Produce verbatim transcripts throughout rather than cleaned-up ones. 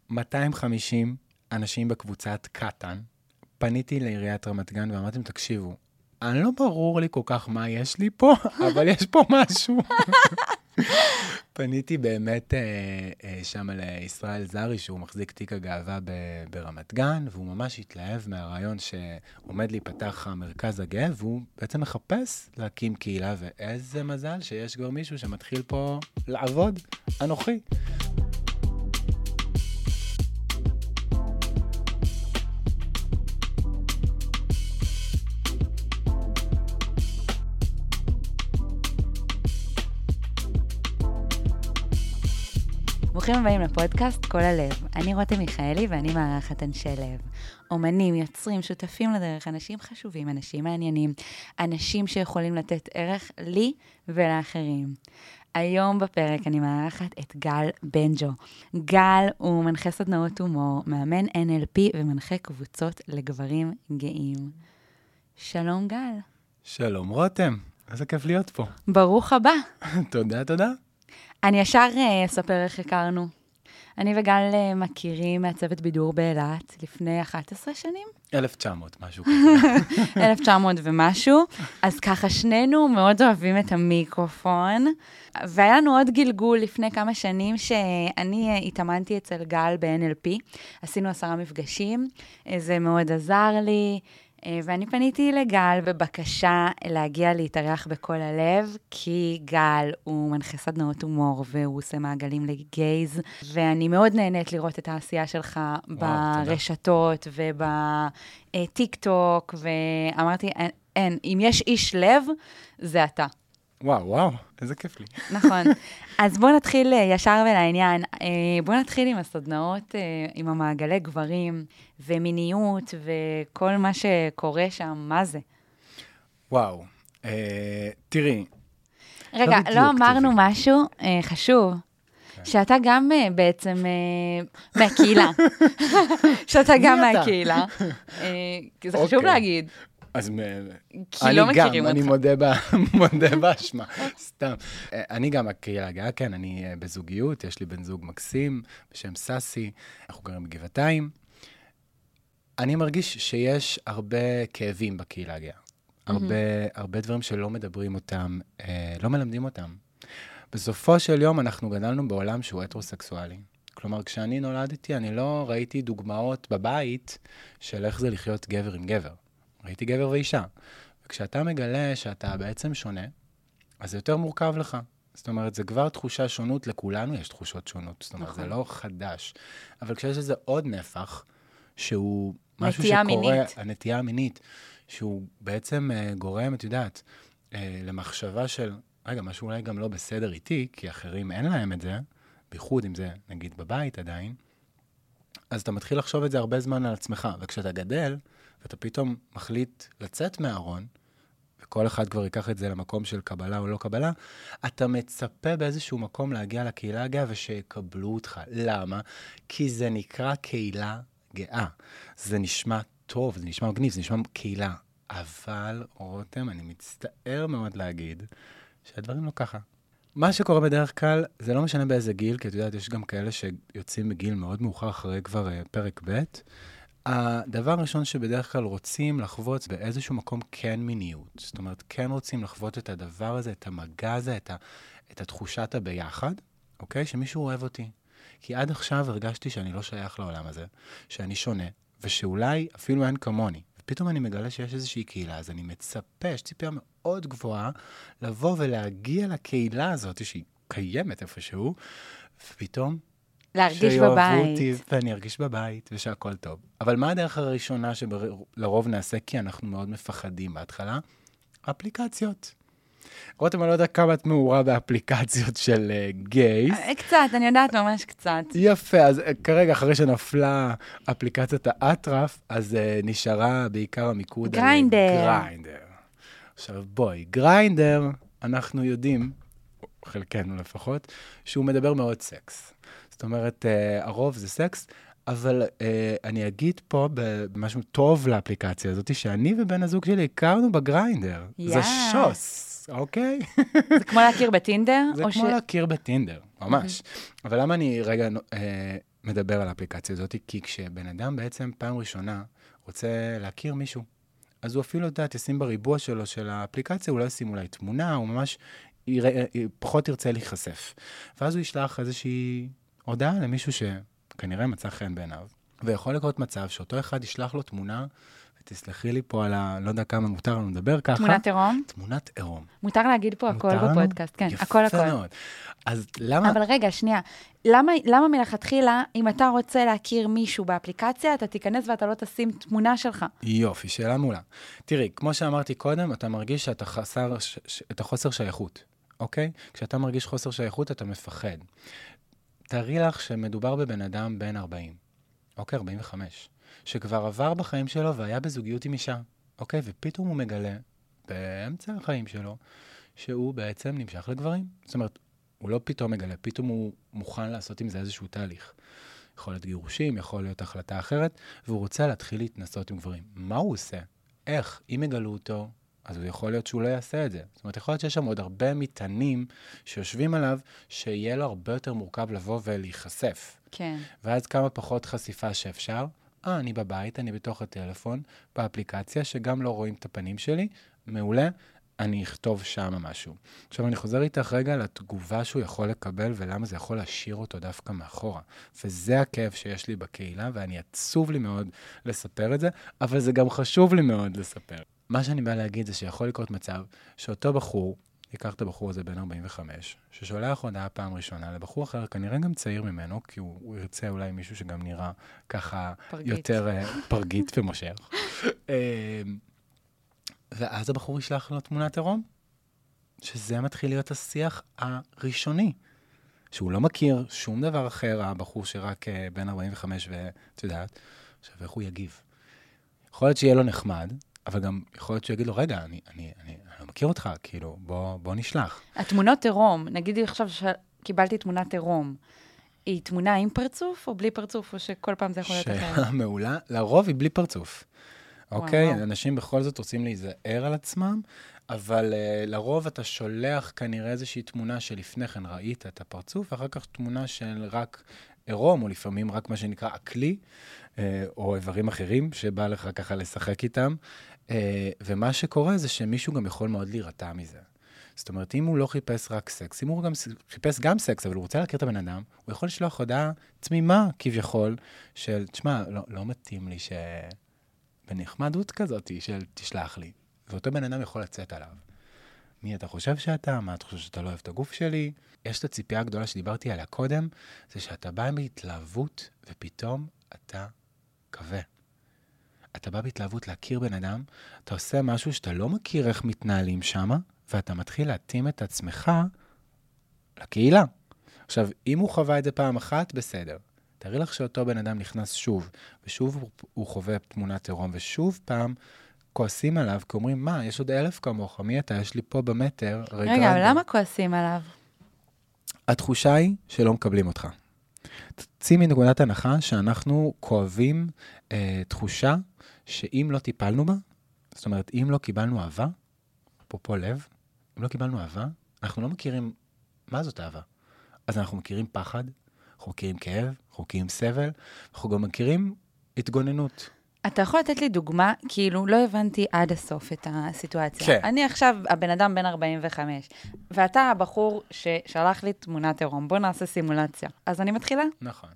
מאתיים וחמישים אנשים בקבוצת קטן, פניתי לעיריית רמת גן ואמרתם, תקשיבו, אני לא ברור לי כל כך מה יש לי פה, אבל יש פה משהו. פניתי באמת אה, אה, שם לישראל זרי, שהוא מחזיק תיק הגאווה ב- ברמת גן, והוא ממש התלהב מהרעיון שעומד להיפתח המרכז הגאה, והוא בעצם מחפש להקים קהילה, ואיזה מזל שיש כבר מישהו שמתחיל פה לעבוד, אנוכי. ברוכים הבאים לפודקאסט כל הלב. אני רותם מיכאלי ואני מארחת אנשי לב. אומנים, יוצרים, שותפים לדרך, אנשים חשובים, אנשים מעניינים, אנשים שיכולים לתת ערך לי ולאחרים. היום בפרק אני מארחת את גל בנג'ו. גל הוא מנחה סדנאות הומור, מאמן אן אל פי ומנחה קבוצות לגברים גאים. שלום גל. שלום רותם, איזה כיף להיות פה. ברוך הבא. תודה, תודה. אני ישר uh, אספר איך הכרנו. אני וגל uh, מכירים מהצוות בידור באילת לפני אחת עשרה שנים. אלף תשע מאות, משהו כזה. אלף תשע מאות ומשהו. אז ככה שנינו מאוד אוהבים את המיקרופון. והיה לנו עוד גלגול לפני כמה שנים שאני uh, התאמנתי אצל גל ב-אן אל פי. עשינו עשרה מפגשים, זה מאוד עזר לי. ואני פניתי לגל בבקשה להגיע להתארח בכל הלב, כי גל הוא מנחה סדנאות הומור, והוא עושה מעגלים לגייז, ואני מאוד נהנית לראות את העשייה שלך וואו, ברשתות ובטיק טוק, ואמרתי, אין, אין, אם יש איש לב, זה אתה. וואו, וואו, איזה כיף לי. נכון. אז בואו נתחיל ישר ולעניין. בואו נתחיל עם הסדנאות, עם המעגלי גברים, ומיניות, וכל מה שקורה שם, מה זה? וואו, אה, תראי. רגע, לא, לא אמרנו תראי. משהו אה, חשוב, כן. שאתה גם אה, בעצם אה, מהקהילה. שאתה גם מהקהילה. אה, כי זה חשוב להגיד. אז כי לא מכירים אותך. אני מודה, ב, מודה באשמה, סתם. אני גם הקהילה הגאה, כן, אני בזוגיות, יש לי בן זוג מקסים, בשם ססי, אנחנו גרים בגבעתיים. אני מרגיש שיש הרבה כאבים בקהילה הגאה. הרבה, הרבה דברים שלא מדברים אותם, לא מלמדים אותם. בסופו של יום אנחנו גדלנו בעולם שהוא הטרוסקסואלי. כלומר, כשאני נולדתי, אני לא ראיתי דוגמאות בבית של איך זה לחיות גבר עם גבר. ראיתי גבר ואישה. וכשאתה מגלה שאתה בעצם שונה, אז זה יותר מורכב לך. זאת אומרת, זה כבר תחושה שונות, לכולנו יש תחושות שונות. זאת אומרת, זה לא חדש. אבל כשיש איזה עוד נפח, שהוא משהו שקורה... נטייה מינית. הנטייה המינית, שהוא בעצם uh, גורם, את יודעת, uh, למחשבה של, רגע, משהו אולי גם לא בסדר איתי, כי אחרים אין להם את זה, בייחוד אם זה, נגיד, בבית עדיין, אז אתה מתחיל לחשוב את זה הרבה זמן על עצמך. וכשאתה גדל, ואתה פתאום מחליט לצאת מהארון, וכל אחד כבר ייקח את זה למקום של קבלה או לא קבלה, אתה מצפה באיזשהו מקום להגיע לקהילה הגאה ושיקבלו אותך. למה? כי זה נקרא קהילה גאה. זה נשמע טוב, זה נשמע מגניב, זה נשמע קהילה. אבל, רותם, אני מצטער מאוד להגיד שהדברים לא ככה. מה שקורה בדרך כלל, זה לא משנה באיזה גיל, כי את יודעת, יש גם כאלה שיוצאים בגיל מאוד מאוחר אחרי כבר uh, פרק ב', הדבר הראשון שבדרך כלל רוצים לחוות באיזשהו מקום כן מיניות. זאת אומרת, כן רוצים לחוות את הדבר הזה, את המגע הזה, את, ה, את התחושת הביחד, אוקיי? שמישהו אוהב אותי. כי עד עכשיו הרגשתי שאני לא שייך לעולם הזה, שאני שונה, ושאולי אפילו אין כמוני. ופתאום אני מגלה שיש איזושהי קהילה, אז אני מצפה, יש ציפייה מאוד גבוהה, לבוא ולהגיע לקהילה הזאת, שהיא קיימת איפשהו, ופתאום... להרגיש בבית. אותי, ואני ארגיש בבית, ושהכל טוב. אבל מה הדרך הראשונה שלרוב נעשה, כי אנחנו מאוד מפחדים בהתחלה? אפליקציות. רותם, אני לא יודע כמה את מעורה באפליקציות של גייס. קצת, אני יודעת ממש קצת. יפה, אז כרגע אחרי שנפלה אפליקציית האטרף, אז נשארה בעיקר המיקוד גריינדר. על גריינדר. עכשיו בואי, גריינדר, אנחנו יודעים, חלקנו לפחות, שהוא מדבר מאוד סקס. זאת אומרת, uh, הרוב זה סקס, אבל uh, אני אגיד פה במשהו טוב לאפליקציה הזאת, שאני ובן הזוג שלי הכרנו בגריינדר. Yeah. זה שוס, אוקיי? זה כמו להכיר בטינדר? זה כמו ש... להכיר בטינדר, ממש. אבל למה אני רגע uh, מדבר על האפליקציה הזאת, כי כשבן אדם בעצם פעם ראשונה רוצה להכיר מישהו, אז הוא אפילו יודעת, ישים בריבוע שלו של האפליקציה, הוא לא ישים אולי תמונה, הוא ממש יראה, פחות ירצה להיחשף. ואז הוא ישלח איזושהי הודעה למישהו שכנראה מצא חן בעיניו, ויכול לקרות מצב שאותו אחד ישלח לו תמונה, ותסלחי לי פה על ה... לא יודע כמה מותר לנו לדבר ככה. תמונת עירום? תמונת עירום. מותר להגיד פה הכל בפודקאסט, כן, הכל הכל. יפה מאוד. אז למה... אבל רגע, שנייה, למה, למה מלכתחילה, אם אתה רוצה להכיר מישהו באפליקציה, אתה תיכנס ואתה לא תשים תמונה שלך? יופי, שאלה מעולה. תראי, כמו שאמרתי קודם, אתה מרגיש שאתה חסר, ש... ש... את החוסר שייכות, אוקיי? כשאתה מרגיש חוסר שייכות, אתה מפחד. תארי לך שמדובר בבן אדם בן ארבעים, אוקיי, ארבעים וחמש. שכבר עבר בחיים שלו והיה בזוגיות עם אישה, אוקיי? ופתאום הוא מגלה, באמצע החיים שלו, שהוא בעצם נמשך לגברים. זאת אומרת, הוא לא פתאום מגלה, פתאום הוא מוכן לעשות עם זה איזשהו תהליך. יכול להיות גירושים, יכול להיות החלטה אחרת, והוא רוצה להתחיל להתנסות עם גברים. מה הוא עושה? איך? אם יגלו אותו, אז הוא יכול להיות שהוא לא יעשה את זה. זאת אומרת, יכול להיות שיש שם עוד הרבה מטענים שיושבים עליו, שיהיה לו הרבה יותר מורכב לבוא ולהיחשף. כן. ואז כמה פחות חשיפה שאפשר, אה, אני בבית, אני בתוך הטלפון, באפליקציה, שגם לא רואים את הפנים שלי, מעולה, אני אכתוב שם משהו. עכשיו, אני חוזר איתך רגע לתגובה שהוא יכול לקבל, ולמה זה יכול להשאיר אותו דווקא מאחורה. וזה הכאב שיש לי בקהילה, ואני עצוב לי מאוד לספר את זה, אבל זה גם חשוב לי מאוד לספר. מה שאני בא להגיד זה שיכול לקרות מצב, שאותו בחור, ייקח את הבחור הזה בין ארבעים וחמש, ששולח הודעה פעם ראשונה לבחור אחר, כנראה גם צעיר ממנו, כי הוא, הוא ירצה אולי מישהו שגם נראה ככה פרגית. יותר uh, פרגית ומושך. uh, ואז הבחור ישלח לו תמונת עירום, שזה מתחיל להיות השיח הראשוני, שהוא לא מכיר שום דבר אחר, הבחור שרק uh, בין ארבעים וחמש ואת יודעת, עכשיו איך הוא יגיב. יכול להיות שיהיה לו נחמד, אבל גם יכול להיות שיגיד לו, רגע, אני, אני, אני, אני לא מכיר אותך, כאילו, בוא, בוא נשלח. התמונות עירום, נגיד עכשיו שקיבלתי תמונת עירום, היא תמונה עם פרצוף או בלי פרצוף, או שכל פעם זה יכול להיות אחרת? שאלה מעולה, לרוב היא בלי פרצוף. אוקיי? אנשים בכל זאת רוצים להיזהר על עצמם, אבל uh, לרוב אתה שולח כנראה איזושהי תמונה שלפני כן ראית את הפרצוף, ואחר כך תמונה של רק עירום, או לפעמים רק מה שנקרא אקלי, uh, או איברים אחרים שבא לך ככה לשחק איתם. Uh, ומה שקורה זה שמישהו גם יכול מאוד להירתע מזה. זאת אומרת, אם הוא לא חיפש רק סקס, אם הוא גם חיפש גם סקס, אבל הוא רוצה להכיר את הבן אדם, הוא יכול לשלוח הודעה תמימה כביכול, של, תשמע, לא, לא מתאים לי ש... בנחמדות כזאת של תשלח לי. ואותו בן אדם יכול לצאת עליו. מי אתה חושב שאתה? מה אתה חושב שאתה לא אוהב את הגוף שלי? יש את הציפייה הגדולה שדיברתי עליה קודם, זה שאתה בא בהתלהבות, ופתאום אתה קווה. אתה בא בהתלהבות להכיר בן אדם, אתה עושה משהו שאתה לא מכיר איך מתנהלים שם, ואתה מתחיל להתאים את עצמך לקהילה. עכשיו, אם הוא חווה את זה פעם אחת, בסדר. תראי לך שאותו בן אדם נכנס שוב, ושוב הוא חווה תמונת עירום, ושוב פעם כועסים עליו, כי אומרים, מה, יש עוד אלף כמוך, מי אתה? יש לי פה במטר. רגע, אבל למה כועסים עליו? התחושה היא שלא מקבלים אותך. תצאי מנקודת הנחה שאנחנו כואבים אה, תחושה שאם לא טיפלנו בה, זאת אומרת, אם לא קיבלנו אהבה, אפרופו לב, אם לא קיבלנו אהבה, אנחנו לא מכירים מה זאת אהבה. אז אנחנו מכירים פחד, אנחנו מכירים כאב, אנחנו מכירים סבל, אנחנו גם מכירים התגוננות. אתה יכול לתת לי דוגמה, כאילו לא הבנתי עד הסוף את הסיטואציה. כן. אני עכשיו הבן אדם בן ארבעים וחמש, ואתה הבחור ששלח לי תמונת עירום, בוא נעשה סימולציה. אז אני מתחילה? נכון.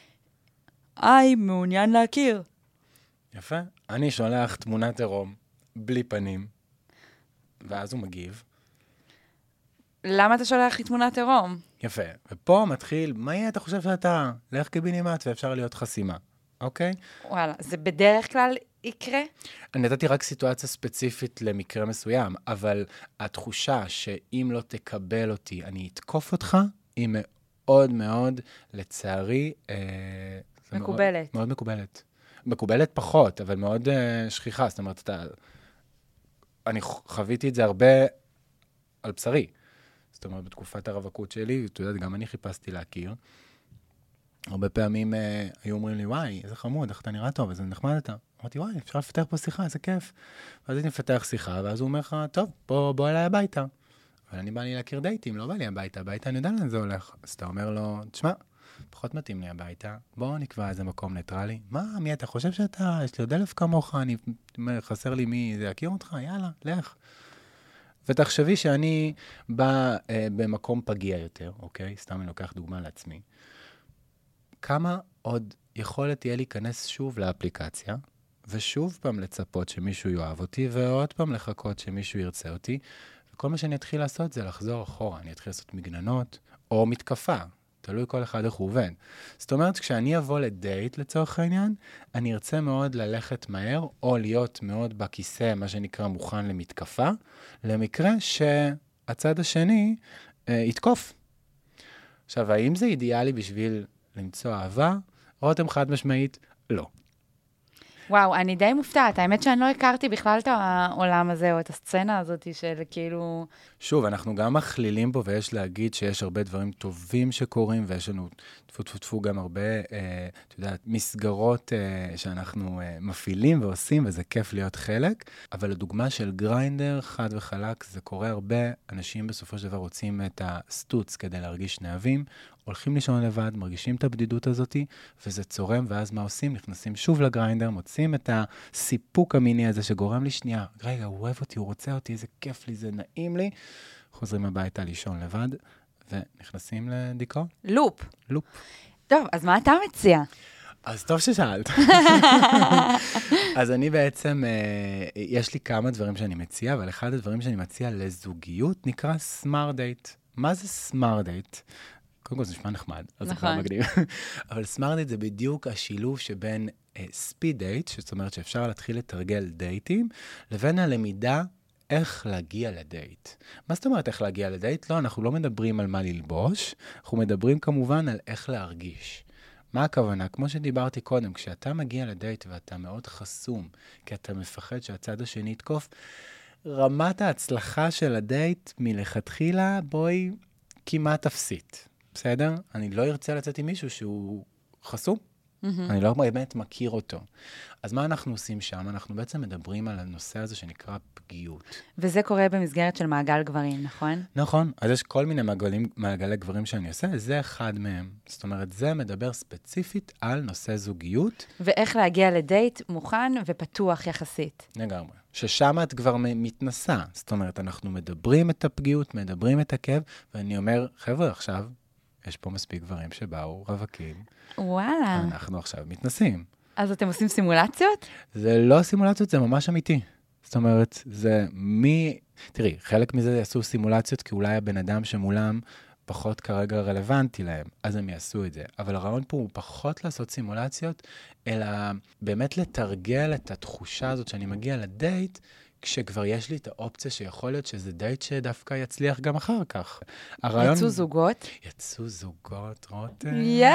היי, מעוניין להכיר. יפה. אני שולח תמונת עירום, בלי פנים, ואז הוא מגיב. למה אתה שולח לי תמונת עירום? יפה. ופה מתחיל, מה יהיה, אתה חושב שאתה? לך קיבינימט ואפשר להיות חסימה. אוקיי? וואלה, זה בדרך כלל יקרה? אני נתתי רק סיטואציה ספציפית למקרה מסוים, אבל התחושה שאם לא תקבל אותי, אני אתקוף אותך, היא מאוד מאוד, לצערי, אה, מקובלת. מאוד, מאוד מקובלת. מקובלת פחות, אבל מאוד אה, שכיחה. זאת אומרת, אתה, אני חוויתי את זה הרבה על בשרי. זאת אומרת, בתקופת הרווקות שלי, אתה יודע, גם אני חיפשתי להכיר. הרבה פעמים אה, היו אומרים לי, וואי, איזה חמוד, איך אתה נראה טוב, איזה נחמד אתה. אמרתי, וואי, אפשר לפתח פה שיחה, איזה כיף. ואז הייתי מפתח שיחה, ואז הוא אומר לך, טוב, בוא, בוא אליי הביתה. אבל אני בא לי להכיר דייטים, לא בא לי הביתה, הביתה אני יודע לאן זה הולך. אז אתה אומר לו, תשמע, פחות מתאים לי הביתה, בואו נקבע איזה מקום ניטרלי. מה, מי אתה חושב שאתה, יש לי עוד אלף כמוך, אני, חסר לי מי, זה יכיר אותך? יאללה, לך. ותחשבי שאני בא אה, במקום פגיע יותר, אוקיי? סתם אני לוקח דוגמה לעצמי. כמה עוד יכולת תהיה להיכנס שוב לאפליקציה, ושוב פעם לצפות שמישהו יאהב אותי, ועוד פעם לחכות שמישהו ירצה אותי, וכל מה שאני אתחיל לעשות זה לחזור אחורה. אני אתחיל לעשות מגננות, או מתקפה. תלוי כל אחד איך הוא עובד. זאת אומרת, כשאני אבוא לדייט לצורך העניין, אני ארצה מאוד ללכת מהר, או להיות מאוד בכיסא, מה שנקרא מוכן למתקפה, למקרה שהצד השני אה, יתקוף. עכשיו, האם זה אידיאלי בשביל למצוא אהבה? רותם חד משמעית, לא. וואו, אני די מופתעת. האמת שאני לא הכרתי בכלל את העולם הזה, או את הסצנה הזאת של כאילו... שוב, אנחנו גם מכלילים פה, ויש להגיד שיש הרבה דברים טובים שקורים, ויש לנו תפו תפו תפו גם הרבה, אה, אתה יודע, מסגרות אה, שאנחנו אה, מפעילים ועושים, וזה כיף להיות חלק. אבל הדוגמה של גריינדר, חד וחלק, זה קורה הרבה. אנשים בסופו של דבר רוצים את הסטוץ כדי להרגיש נאהבים, הולכים לישון לבד, מרגישים את הבדידות הזאת, וזה צורם, ואז מה עושים? נכנסים שוב לגריינדר, מוצאים את הסיפוק המיני הזה שגורם לי שנייה, רגע, הוא אוהב אותי, הוא רוצה אותי, איזה כיף לי, זה נעים לי. חוזרים הביתה לישון לבד, ונכנסים לדיכאון. לופ. לופ. טוב, אז מה אתה מציע? אז טוב ששאלת. אז אני בעצם, יש לי כמה דברים שאני מציע, אבל אחד הדברים שאני מציע לזוגיות נקרא סמארט דייט. מה זה סמארט דייט? קודם כל זה נשמע נחמד, אז זה כבר מגניב. אבל סמארט דייט זה בדיוק השילוב שבין ספיד דייט, זאת אומרת שאפשר להתחיל לתרגל דייטים, לבין הלמידה איך להגיע לדייט. מה זאת אומרת איך להגיע לדייט? לא, אנחנו לא מדברים על מה ללבוש, אנחנו מדברים כמובן על איך להרגיש. מה הכוונה? כמו שדיברתי קודם, כשאתה מגיע לדייט ואתה מאוד חסום, כי אתה מפחד שהצד השני יתקוף, רמת ההצלחה של הדייט מלכתחילה, בואי כמעט אפסית. בסדר? אני לא ארצה לצאת עם מישהו שהוא חסום. Mm-hmm. אני לא באמת מכיר אותו. אז מה אנחנו עושים שם? אנחנו בעצם מדברים על הנושא הזה שנקרא פגיעות. וזה קורה במסגרת של מעגל גברים, נכון? נכון. אז יש כל מיני מעגלים, מעגלי גברים שאני עושה, זה אחד מהם. זאת אומרת, זה מדבר ספציפית על נושא זוגיות. ואיך להגיע לדייט מוכן ופתוח יחסית. לגמרי. ששם את כבר מתנסה. זאת אומרת, אנחנו מדברים את הפגיעות, מדברים את הכאב, ואני אומר, חבר'ה, עכשיו, יש פה מספיק גברים שבאו רווקים. וואלה. אנחנו עכשיו מתנסים. אז אתם עושים סימולציות? זה לא סימולציות, זה ממש אמיתי. זאת אומרת, זה מי... תראי, חלק מזה יעשו סימולציות, כי אולי הבן אדם שמולם פחות כרגע רלוונטי להם, אז הם יעשו את זה. אבל הרעיון פה הוא פחות לעשות סימולציות, אלא באמת לתרגל את התחושה הזאת שאני מגיע לדייט, כשכבר יש לי את האופציה שיכול להיות שזה דייט שדווקא יצליח גם אחר כך. הרעיון... יצאו זוגות? יצאו זוגות, רותם.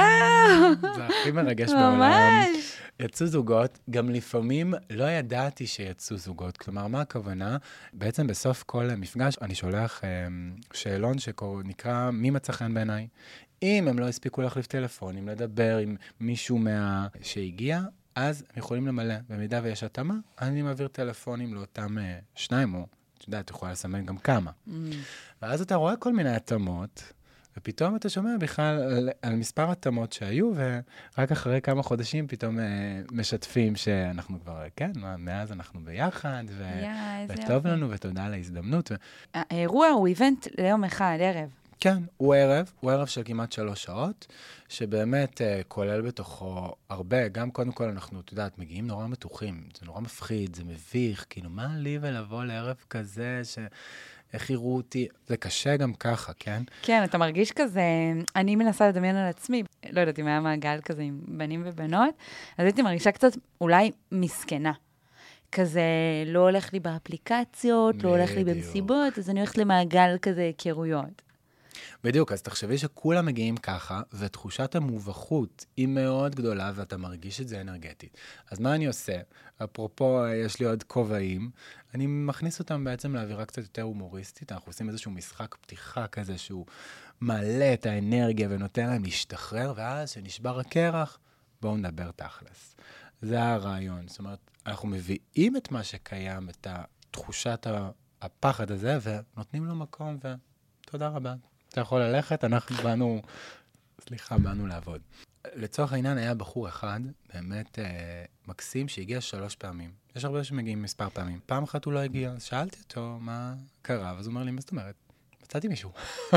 יאו! זה הכי מרגש בעולם. ממש. יצאו זוגות, גם לפעמים לא ידעתי שיצאו זוגות. כלומר, מה הכוונה? בעצם בסוף כל מפגש אני שולח שאלון שנקרא מי מצא חן בעיניי. אם הם לא הספיקו להחליף טלפונים, לדבר עם מישהו מה... שהגיע, אז הם יכולים למלא. במידה ויש התאמה, אני מעביר טלפונים לאותם uh, שניים, או, אתה יודע, את יכולה לסמן גם כמה. Mm. ואז אתה רואה כל מיני התאמות, ופתאום אתה שומע בכלל על, על מספר התאמות שהיו, ורק אחרי כמה חודשים פתאום uh, משתפים שאנחנו כבר, כן, מאז אנחנו ביחד, ו... yeah, וטוב לנו, ותודה על ההזדמנות. ו... האירוע הוא איבנט ליום אחד, ערב. כן, הוא ערב, הוא ערב של כמעט שלוש שעות, שבאמת uh, כולל בתוכו הרבה, גם קודם כל אנחנו, אתה יודעת, מגיעים נורא מתוחים, זה נורא מפחיד, זה מביך, כאילו מה לי ולבוא לערב כזה, שאיך יראו אותי, זה קשה גם ככה, כן? כן, אתה מרגיש כזה, אני מנסה לדמיין על עצמי, לא יודעת אם היה מעגל כזה עם בנים ובנות, אז הייתי מרגישה קצת אולי מסכנה. כזה לא הולך לי באפליקציות, לא הולך לי במסיבות, אז אני הולכת למעגל כזה היכרויות. בדיוק, אז תחשבי שכולם מגיעים ככה, ותחושת המובכות היא מאוד גדולה, ואתה מרגיש את זה אנרגטית. אז מה אני עושה? אפרופו, יש לי עוד כובעים, אני מכניס אותם בעצם לאווירה קצת יותר הומוריסטית, אנחנו עושים איזשהו משחק פתיחה כזה, שהוא מעלה את האנרגיה ונותן להם להשתחרר, ואז שנשבר הקרח, בואו נדבר תכלס. זה הרעיון, זאת אומרת, אנחנו מביאים את מה שקיים, את תחושת הפחד הזה, ונותנים לו מקום, ותודה רבה. אתה יכול ללכת, אנחנו באנו סליחה, באנו לעבוד. לצורך העניין היה בחור אחד, באמת אה, מקסים, שהגיע שלוש פעמים. יש הרבה שמגיעים מספר פעמים. פעם אחת הוא לא הגיע, אז שאלתי אותו מה קרה, אז הוא אומר לי, מה זאת אומרת? מצאתי מישהו.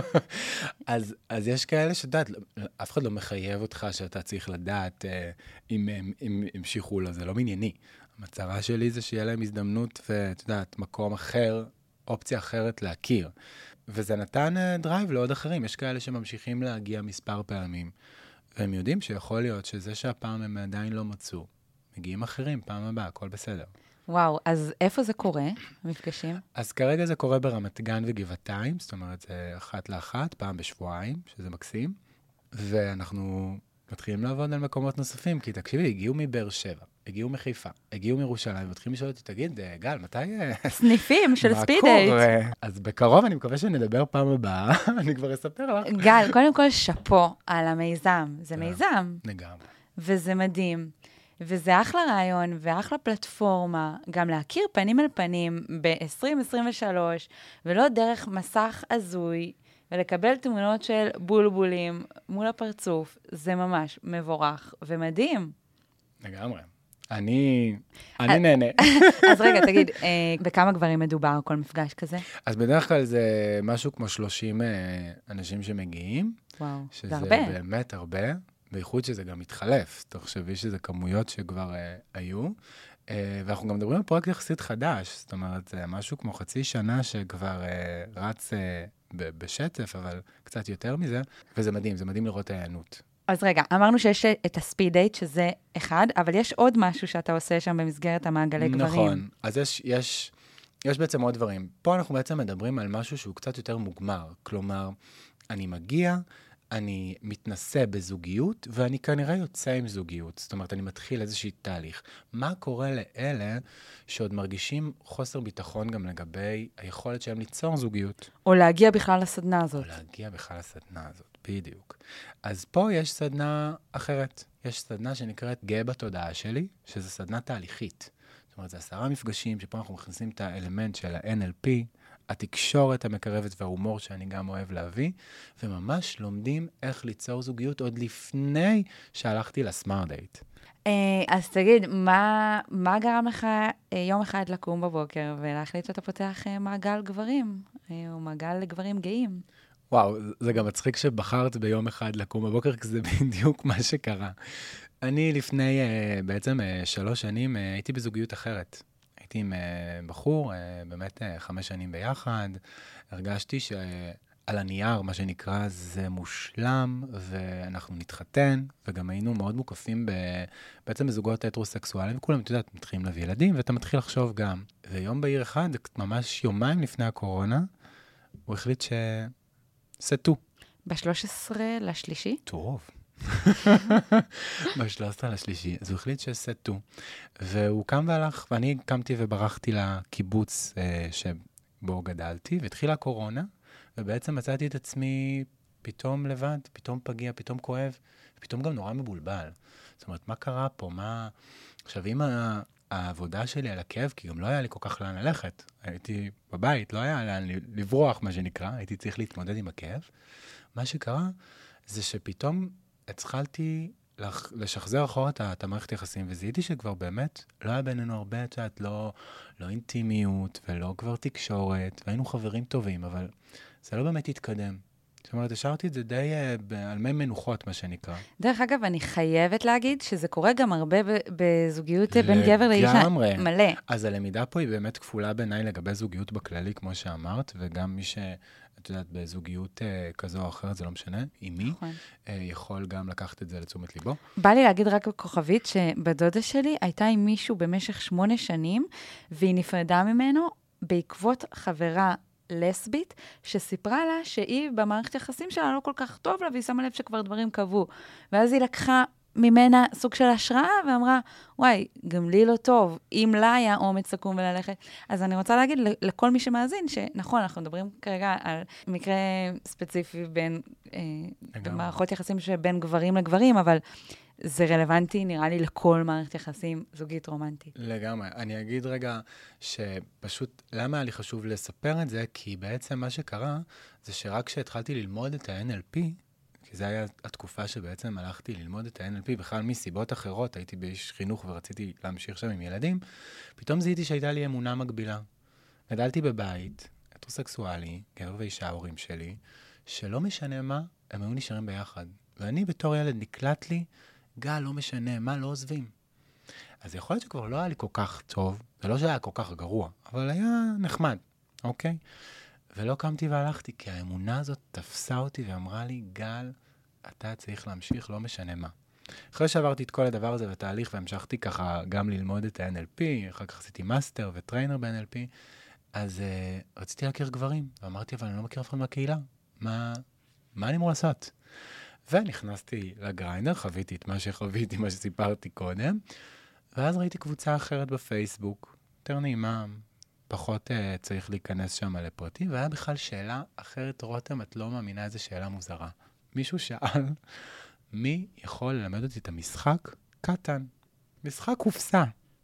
אז, אז יש כאלה שדעת, אף אחד לא מחייב אותך שאתה צריך לדעת אה, אם הם המשיכו לו, זה לא מענייני. המטרה שלי זה שיהיה להם הזדמנות ואת יודעת, מקום אחר, אופציה אחרת להכיר. וזה נתן אה, דרייב לעוד אחרים. יש כאלה שממשיכים להגיע מספר פעמים. והם יודעים שיכול להיות שזה שהפעם הם עדיין לא מצאו. מגיעים אחרים, פעם הבאה, הכל בסדר. וואו, אז איפה זה קורה, המפגשים? אז כרגע זה קורה ברמת גן וגבעתיים, זאת אומרת, זה אחת לאחת, פעם בשבועיים, שזה מקסים. ואנחנו מתחילים לעבוד על מקומות נוספים, כי תקשיבי, הגיעו מבאר שבע, הגיעו מחיפה, הגיעו מירושלים, מתחילים לשאול אותי, תגיד, גל, מתי... סניפים של ספיד דייט. אז בקרוב אני מקווה שנדבר פעם הבאה, אני כבר אספר לך. גל, קודם כל שפו על המיזם, זה מיזם. לגמרי. וזה מדהים. וזה אחלה רעיון ואחלה פלטפורמה, גם להכיר פנים אל פנים ב-עשרים עשרים ושלוש, ולא דרך מסך הזוי, ולקבל תמונות של בולבולים מול הפרצוף, זה ממש מבורך ומדהים. לגמרי. אני, אני נהנה. אז רגע, תגיד, בכמה גברים מדובר כל מפגש כזה? אז בדרך כלל זה משהו כמו שלושים אנשים שמגיעים. וואו, זה הרבה. שזה באמת הרבה. בייחוד שזה גם מתחלף, תחשבי שזה כמויות שכבר uh, היו, uh, ואנחנו גם מדברים על פרויקט יחסית חדש, זאת אומרת, זה משהו כמו חצי שנה שכבר uh, רץ uh, ב- בשטף, אבל קצת יותר מזה, וזה מדהים, זה מדהים לראות העיינות. אז רגע, אמרנו שיש את הספיד דייט, שזה אחד, אבל יש עוד משהו שאתה עושה שם במסגרת המעגלי גברים. נכון, אז יש, יש, יש בעצם עוד דברים. פה אנחנו בעצם מדברים על משהו שהוא קצת יותר מוגמר, כלומר, אני מגיע, אני מתנסה בזוגיות, ואני כנראה יוצא עם זוגיות. זאת אומרת, אני מתחיל איזושהי תהליך. מה קורה לאלה שעוד מרגישים חוסר ביטחון גם לגבי היכולת שהם ליצור זוגיות? או להגיע בכלל לסדנה הזאת. או להגיע בכלל לסדנה הזאת, בדיוק. אז פה יש סדנה אחרת. יש סדנה שנקראת גאה בתודעה שלי, שזו סדנה תהליכית. זאת אומרת, זה עשרה מפגשים, שפה אנחנו מכניסים את האלמנט של ה-אן אל פי, התקשורת המקרבת וההומור שאני גם אוהב להביא, וממש לומדים איך ליצור זוגיות עוד לפני שהלכתי לסמארט דייט. אז תגיד, מה, מה גרם לך יום אחד לקום בבוקר ולהחליט שאתה פותח מעגל גברים, או מעגל לגברים גאים? וואו, זה גם מצחיק שבחרת ביום אחד לקום בבוקר, כי זה בדיוק מה שקרה. אני לפני בעצם שלוש שנים הייתי בזוגיות אחרת. הייתי עם בחור, באמת חמש שנים ביחד, הרגשתי שעל הנייר, מה שנקרא, זה מושלם, ואנחנו נתחתן, וגם היינו מאוד מוקפים בעצם בזוגות הטרוסקסואליים, וכולם, אתה יודעת, מתחילים להביא ילדים, ואתה מתחיל לחשוב גם. ויום בהיר אחד, ממש יומיים לפני הקורונה, הוא החליט שסטו. ב-שלושה עשר לשלישי? טוב. ב-שלושה עשר לשלישי, אז הוא החליט שסטו, והוא קם והלך, ואני קמתי וברחתי לקיבוץ אה, שבו גדלתי, והתחילה הקורונה, ובעצם מצאתי את עצמי פתאום לבד, פתאום פגיע, פתאום כואב, ופתאום גם נורא מבולבל. זאת אומרת, מה קרה פה? מה... עכשיו, אם העבודה שלי על הכאב, כי גם לא היה לי כל כך לאן ללכת, הייתי בבית, לא היה לאן לברוח, מה שנקרא, הייתי צריך להתמודד עם הכאב. מה שקרה זה שפתאום התחלתי לשחזר אחורה את המערכת יחסים, וזיהיתי שכבר באמת לא היה בינינו הרבה, את יודעת, לא, לא אינטימיות ולא כבר תקשורת, והיינו חברים טובים, אבל זה לא באמת התקדם. זאת אומרת, השארתי את זה די uh, על מי מנוחות, מה שנקרא. דרך אגב, אני חייבת להגיד שזה קורה גם הרבה בזוגיות בין גבר לאישה. לגמרי. מלא. אז הלמידה פה היא באמת כפולה בעיניי לגבי זוגיות בכללי, כמו שאמרת, וגם מי ש... את יודעת, בזוגיות uh, כזו או אחרת, זה לא משנה, עם מי, נכון. uh, יכול גם לקחת את זה לתשומת ליבו. בא לי להגיד רק בכוכבית שבדודה שלי הייתה עם מישהו במשך שמונה שנים, והיא נפרדה ממנו בעקבות חברה לסבית, שסיפרה לה שהיא במערכת יחסים שלה לא כל כך טוב לה, והיא שמה לב שכבר דברים קבעו. ואז היא לקחה ממנה סוג של השראה, ואמרה, וואי, גם לי לא טוב, אם לה היה אומץ לקום וללכת. אז אני רוצה להגיד לכל מי שמאזין, שנכון, אנחנו מדברים כרגע על מקרה ספציפי בין אה, מערכות יחסים שבין גברים לגברים, אבל זה רלוונטי, נראה לי, לכל מערכת יחסים זוגית רומנטית. לגמרי. אני אגיד רגע שפשוט, למה היה לי חשוב לספר את זה? כי בעצם מה שקרה, זה שרק כשהתחלתי ללמוד את ה-אן אל פי, כי זו הייתה התקופה שבעצם הלכתי ללמוד את ה-אן אל פי, בכלל מסיבות אחרות, הייתי באיש חינוך ורציתי להמשיך שם עם ילדים, פתאום זיהיתי שהייתה לי אמונה מגבילה. גדלתי בבית, הטרוסקסואלי, גבר ואישה ההורים שלי, שלא משנה מה, הם היו נשארים ביחד. ואני בתור ילד נקלט לי, גל, לא משנה, מה, לא עוזבים. אז יכול להיות שכבר לא היה לי כל כך טוב, זה לא שהיה כל כך גרוע, אבל היה נחמד, אוקיי? ולא קמתי והלכתי, כי האמונה הזאת תפסה אותי ואמרה לי, גל, אתה צריך להמשיך, לא משנה מה. אחרי שעברתי את כל הדבר הזה בתהליך, והמשכתי ככה גם ללמוד את ה-אן אל פי, אחר כך עשיתי מאסטר וטריינר ב-אן אל פי, אז uh, רציתי להכיר גברים, ואמרתי, אבל אני לא מכיר אף אחד מהקהילה. מה, מה אני אמור לעשות? ונכנסתי לגריינדר, חוויתי את מה שחוויתי, מה שסיפרתי קודם, ואז ראיתי קבוצה אחרת בפייסבוק, יותר נעימה, פחות uh, צריך להיכנס שם לפרטי, והיה בכלל שאלה אחרת, רותם, את לא מאמינה איזו שאלה מוזרה. מישהו שאל, מי יכול ללמד אותי את המשחק? קטן. משחק קופסה.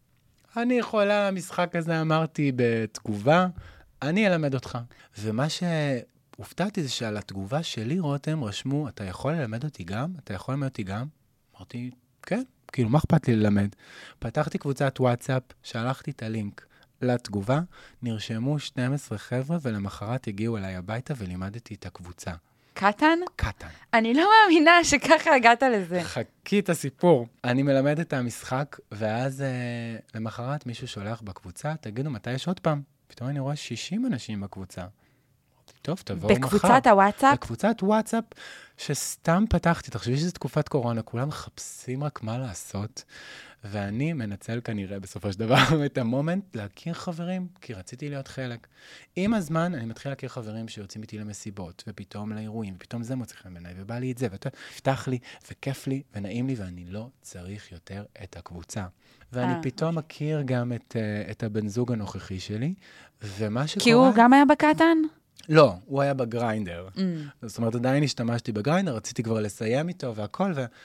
אני יכולה, המשחק הזה אמרתי בתגובה, אני אלמד אותך. ומה שהופתעתי זה שעל התגובה שלי, רותם, רשמו, אתה יכול ללמד אותי גם? אתה יכול ללמד אותי גם? אמרתי, כן, כאילו, מה אכפת לי ללמד? פתחתי קבוצת וואטסאפ, שלחתי את הלינק לתגובה, נרשמו שנים עשר חבר'ה, ולמחרת הגיעו אליי הביתה ולימדתי את הקבוצה. קטן? קטן. אני לא מאמינה שככה הגעת לזה. חכי את הסיפור. אני מלמד את המשחק, ואז אה, למחרת מישהו שולח בקבוצה, תגידו, מתי יש עוד פעם? פתאום אני רואה שישים אנשים בקבוצה. טוב, תבואו מחר. בקבוצת הוואטסאפ? בקבוצת וואטסאפ, שסתם פתחתי, תחשבי שזו תקופת קורונה, כולם מחפשים רק מה לעשות, ואני מנצל כנראה בסופו של דבר את המומנט להכיר חברים, כי רציתי להיות חלק. עם הזמן אני מתחיל להכיר חברים שיוצאים איתי למסיבות, ופתאום לאירועים, ופתאום זה מוצא חן בעיניי, ובא לי את זה, והפתח לי, וכיף לי, ונעים לי, ואני לא צריך יותר את הקבוצה. ואני פתאום מכיר גם את, את הבן זוג הנוכחי שלי, ומה שקורה... כי הוא גם היה בקטן? לא, הוא היה בגריינדר. Mm. זאת אומרת, עדיין השתמשתי בגריינדר, רציתי כבר לסיים איתו והכל, ו-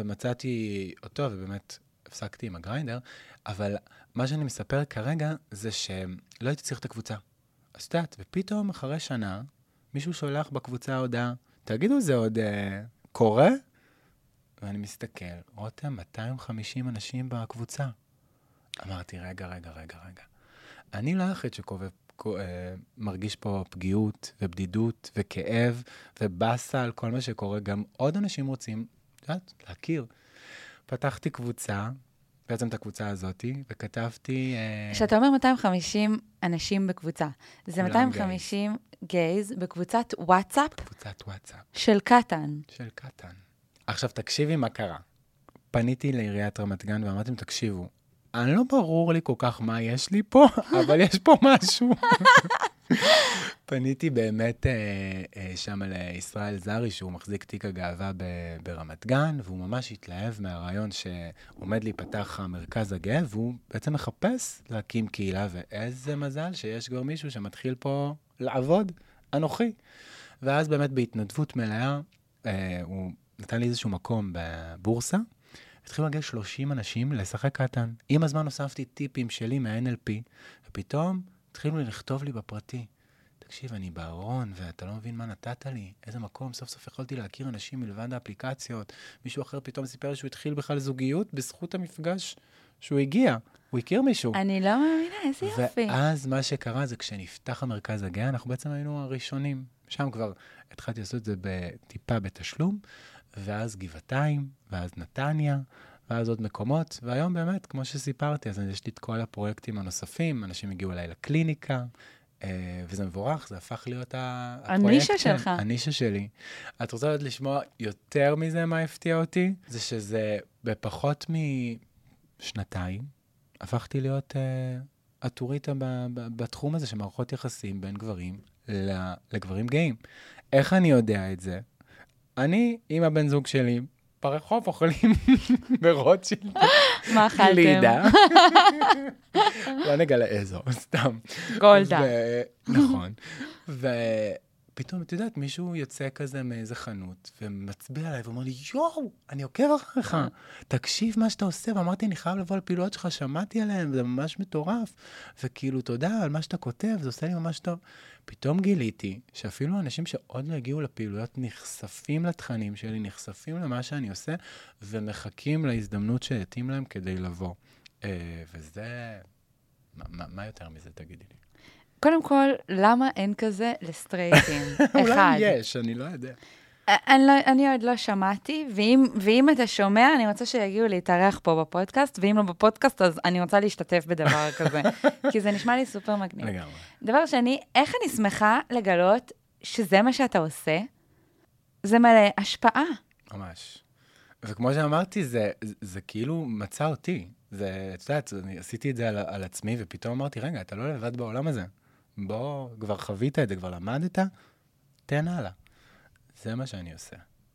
ומצאתי אותו, ובאמת הפסקתי עם הגריינדר, אבל מה שאני מספר כרגע, זה שלא הייתי צריך את הקבוצה. אז יודעת, ופתאום אחרי שנה, מישהו שולח בקבוצה הודעה, תגידו, זה עוד uh, קורה? ואני מסתכל, רותם, מאתיים וחמישים אנשים בקבוצה. אמרתי, רגע, רגע, רגע, רגע. אני לא אחת שקובע, מרגיש פה פגיעות ובדידות וכאב ובאסה על כל מה שקורה. גם עוד אנשים רוצים, יודעת, להכיר. פתחתי קבוצה, בעצם את הקבוצה הזאת, וכתבתי... כשאתה אומר מאתיים וחמישים אנשים בקבוצה, זה מאתיים וחמישים גייז בקבוצת וואטסאפ? קבוצת וואטסאפ. של קטן. של קטן. עכשיו, תקשיבי מה קרה. פניתי לעיריית רמת גן ואמרתי, תקשיבו, אני לא ברור לי כל כך מה יש לי פה, אבל יש פה משהו. פניתי באמת אה, אה, שם לישראל זרי, שהוא מחזיק תיק הגאווה ב- ברמת גן, והוא ממש התלהב מהרעיון שעומד להיפתח המרכז הגאה, והוא בעצם מחפש להקים קהילה, ואיזה מזל שיש כבר מישהו שמתחיל פה לעבוד, אנוכי. ואז באמת בהתנדבות מלאה, אה, הוא נתן לי איזשהו מקום בבורסה, התחילו להגיע שלושים אנשים לשחק קטן. עם הזמן הוספתי טיפים שלי מה-אן אל פי, ופתאום התחילו לכתוב לי בפרטי. תקשיב, אני בארון, ואתה לא מבין מה נתת לי. איזה מקום, סוף סוף יכולתי להכיר אנשים מלבד האפליקציות. מישהו אחר פתאום סיפר שהוא התחיל בכלל זוגיות בזכות המפגש שהוא הגיע. הוא הכיר מישהו. אני לא מאמינה, איזה יופי. ואז מה שקרה זה כשנפתח המרכז הגאה, אנחנו בעצם היינו הראשונים. שם כבר התחלתי לעשות את זה בטיפה בתשלום, ואז גבעתיים, ואז נתניה, ואז עוד מקומות, והיום באמת, כמו שסיפרתי, אז יש לי את כל הפרויקטים הנוספים, אנשים הגיעו אליי לקליניקה, וזה מבורך, זה הפך להיות הפרויקט. הנישה שלך. הנישה שלי. את רוצה עוד לשמוע יותר מזה מה הפתיע אותי? זה שזה בפחות משנתיים, הפכתי להיות אטוריטה בתחום הזה, שמערכות יחסים בין גברים לגברים גאים. איך אני יודע את זה? אני עם הבן זוג שלי, ברחוב אוכלים ברוטשילד. מה אכלתם? לידה. לא נגלה איזו, סתם. גולדה. נכון. פתאום, את יודעת, מישהו יוצא כזה מאיזה חנות, ומצביע עליי ואומר לי, יואו, אני עוקב אחריך, תקשיב מה שאתה עושה, ואמרתי, אני חייב לבוא על פעילויות שלך, שמעתי עליהן, זה ממש מטורף, וכאילו, תודה על מה שאתה כותב, זה עושה לי ממש טוב. פתאום גיליתי שאפילו אנשים שעוד לא הגיעו לפעילויות נחשפים לתכנים שלי, נחשפים למה שאני עושה, ומחכים להזדמנות שיתאים להם כדי לבוא. וזה, מה, מה יותר מזה, תגידי לי? קודם כל, למה אין כזה לסטרייטים? אולי יש, אני לא יודע. אני, לא, אני עוד לא שמעתי, ואם, ואם אתה שומע, אני רוצה שיגיעו להתארח פה בפודקאסט, ואם לא בפודקאסט, אז אני רוצה להשתתף בדבר כזה, כי זה נשמע לי סופר מגניב. לגמרי. דבר שני, איך אני שמחה לגלות שזה מה שאתה עושה? זה מלא השפעה. ממש. וכמו שאמרתי, זה, זה, זה כאילו מצא אותי. זה, את יודעת, אני עשיתי את זה על, על עצמי, ופתאום אמרתי, רגע, אתה לא לבד בעולם הזה. בוא, כבר חווית את זה, כבר למדת, תן הלאה. זה מה שאני עושה.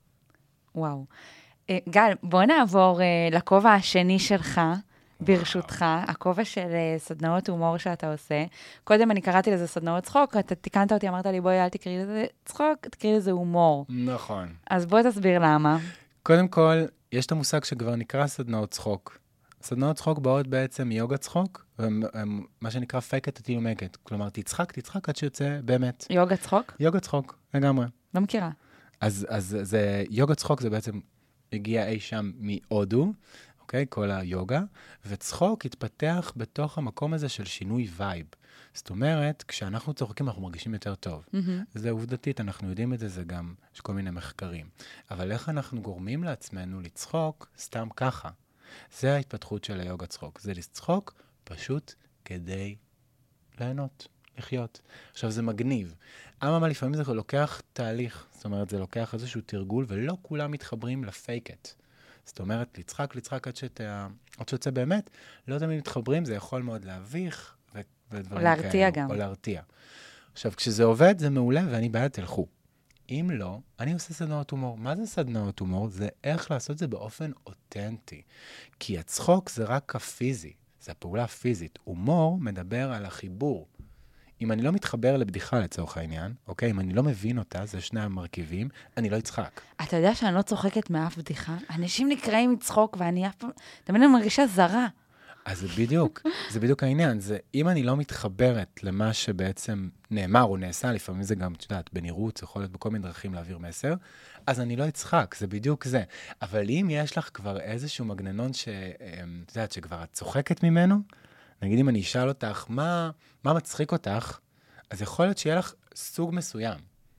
וואו. גל, בוא נעבור לכובע השני שלך, ברשותך, הכובע של סדנאות הומור שאתה עושה. קודם אני קראתי לזה סדנאות צחוק, אתה תיקנת אותי, אמרת לי, בואי, אל תקראי לזה צחוק, תקראי לזה הומור. נכון. אז בוא תסביר למה. קודם כל, יש את המושג שכבר נקרא סדנאות צחוק. סדנאות צחוק באות בעצם מיוגה צחוק, ומה שנקרא fake it till you make it. כלומר, תצחק, תצחק עד שיוצא באמת. יוגה צחוק? יוגה צחוק, לגמרי. לא מכירה. אז, אז זה, יוגה צחוק זה בעצם הגיע אי שם מהודו, אוקיי? כל היוגה, וצחוק התפתח בתוך המקום הזה של שינוי וייב. זאת אומרת, כשאנחנו צוחקים, אנחנו מרגישים יותר טוב. Mm-hmm. זה עובדתית, אנחנו יודעים את זה, זה גם, יש כל מיני מחקרים. אבל איך אנחנו גורמים לעצמנו לצחוק סתם ככה? זה ההתפתחות של היוגה צחוק. זה לצחוק פשוט כדי ליהנות, לחיות. עכשיו, זה מגניב. אממה, לפעמים זה לוקח תהליך, זאת אומרת, זה לוקח איזשהו תרגול, ולא כולם מתחברים לפייקט. זאת אומרת, לצחק, לצחק עד שאתה, עד שיוצא באמת, לא תמיד מתחברים, זה יכול מאוד להביך, ו- ודברים כאלה. או להרתיע גם. או להרתיע. עכשיו, כשזה עובד, זה מעולה, ואני בעד, תלכו. אם לא, אני עושה סדנאות הומור. מה זה סדנאות הומור? זה איך לעשות זה באופן אותנטי. כי הצחוק זה רק הפיזי, זה הפעולה הפיזית. הומור מדבר על החיבור. אם אני לא מתחבר לבדיחה לצורך העניין, אוקיי? אם אני לא מבין אותה, זה שני המרכיבים, אני לא אצחק. אתה יודע שאני לא צוחקת מאף בדיחה? אנשים נקראים מצחוק, ואני אף פעם, תמיד אני מרגישה זרה. אז זה בדיוק, זה בדיוק העניין. זה, אם אני לא מתחברת למה שבעצם נאמר או נעשה, לפעמים זה גם, את יודעת, בנראות, זה יכול להיות בכל מיני דרכים להעביר מסר, אז אני לא אצחק, זה בדיוק זה. אבל אם יש לך כבר איזשהו מגננון ש, את יודעת, שכבר את צוחקת ממנו, נגיד אם אני אשאל אותך, מה, מה מצחיק אותך, אז יכול להיות שיהיה לך סוג מסוים.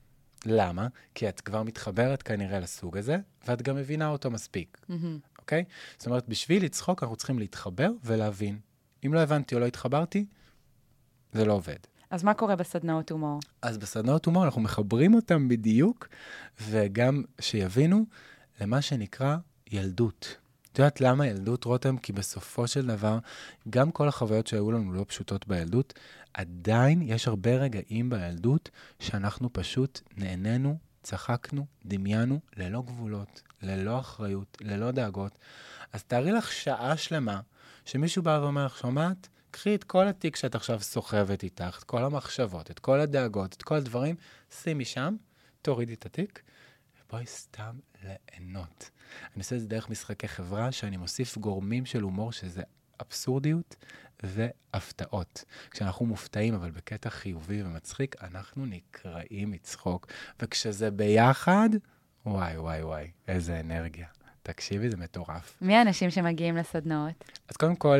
למה? כי את כבר מתחברת כנראה לסוג הזה, ואת גם מבינה אותו מספיק. Mm-hmm. אוקיי? זאת אומרת, בשביל לצחוק, אנחנו צריכים להתחבר ולהבין. אם לא הבנתי או לא התחברתי, זה לא עובד. אז מה קורה בסדנאות הומור? אז בסדנאות הומור אנחנו מחברים אותם בדיוק, וגם שיבינו למה שנקרא ילדות. את יודעת למה ילדות, רותם? כי בסופו של דבר, גם כל החוויות שהיו לנו לא פשוטות בילדות, עדיין יש הרבה רגעים בילדות שאנחנו פשוט נהנינו, צחקנו, דמיינו, ללא גבולות, ללא אחריות, ללא דאגות. אז תארי לך שעה שלמה, שמישהו בא ואומר לך, שומעת? קחי את כל התיק שאת עכשיו סוחבת איתך, את כל המחשבות, את כל הדאגות, את כל הדברים, שימי שם, תורידי את התיק, ובואי סתם ליהנות. אני עושה את זה דרך משחקי חברה, שאני מוסיף גורמים של הומור, שזה אבסורדיות והפתעות. כשאנחנו מופתעים, אבל בקטע חיובי ומצחיק, אנחנו נקראים מצחוק. וכשזה ביחד, וואי, וואי, וואי, איזה אנרגיה. תקשיבי, זה מטורף. מי האנשים שמגיעים לסדנאות? אז קודם כל,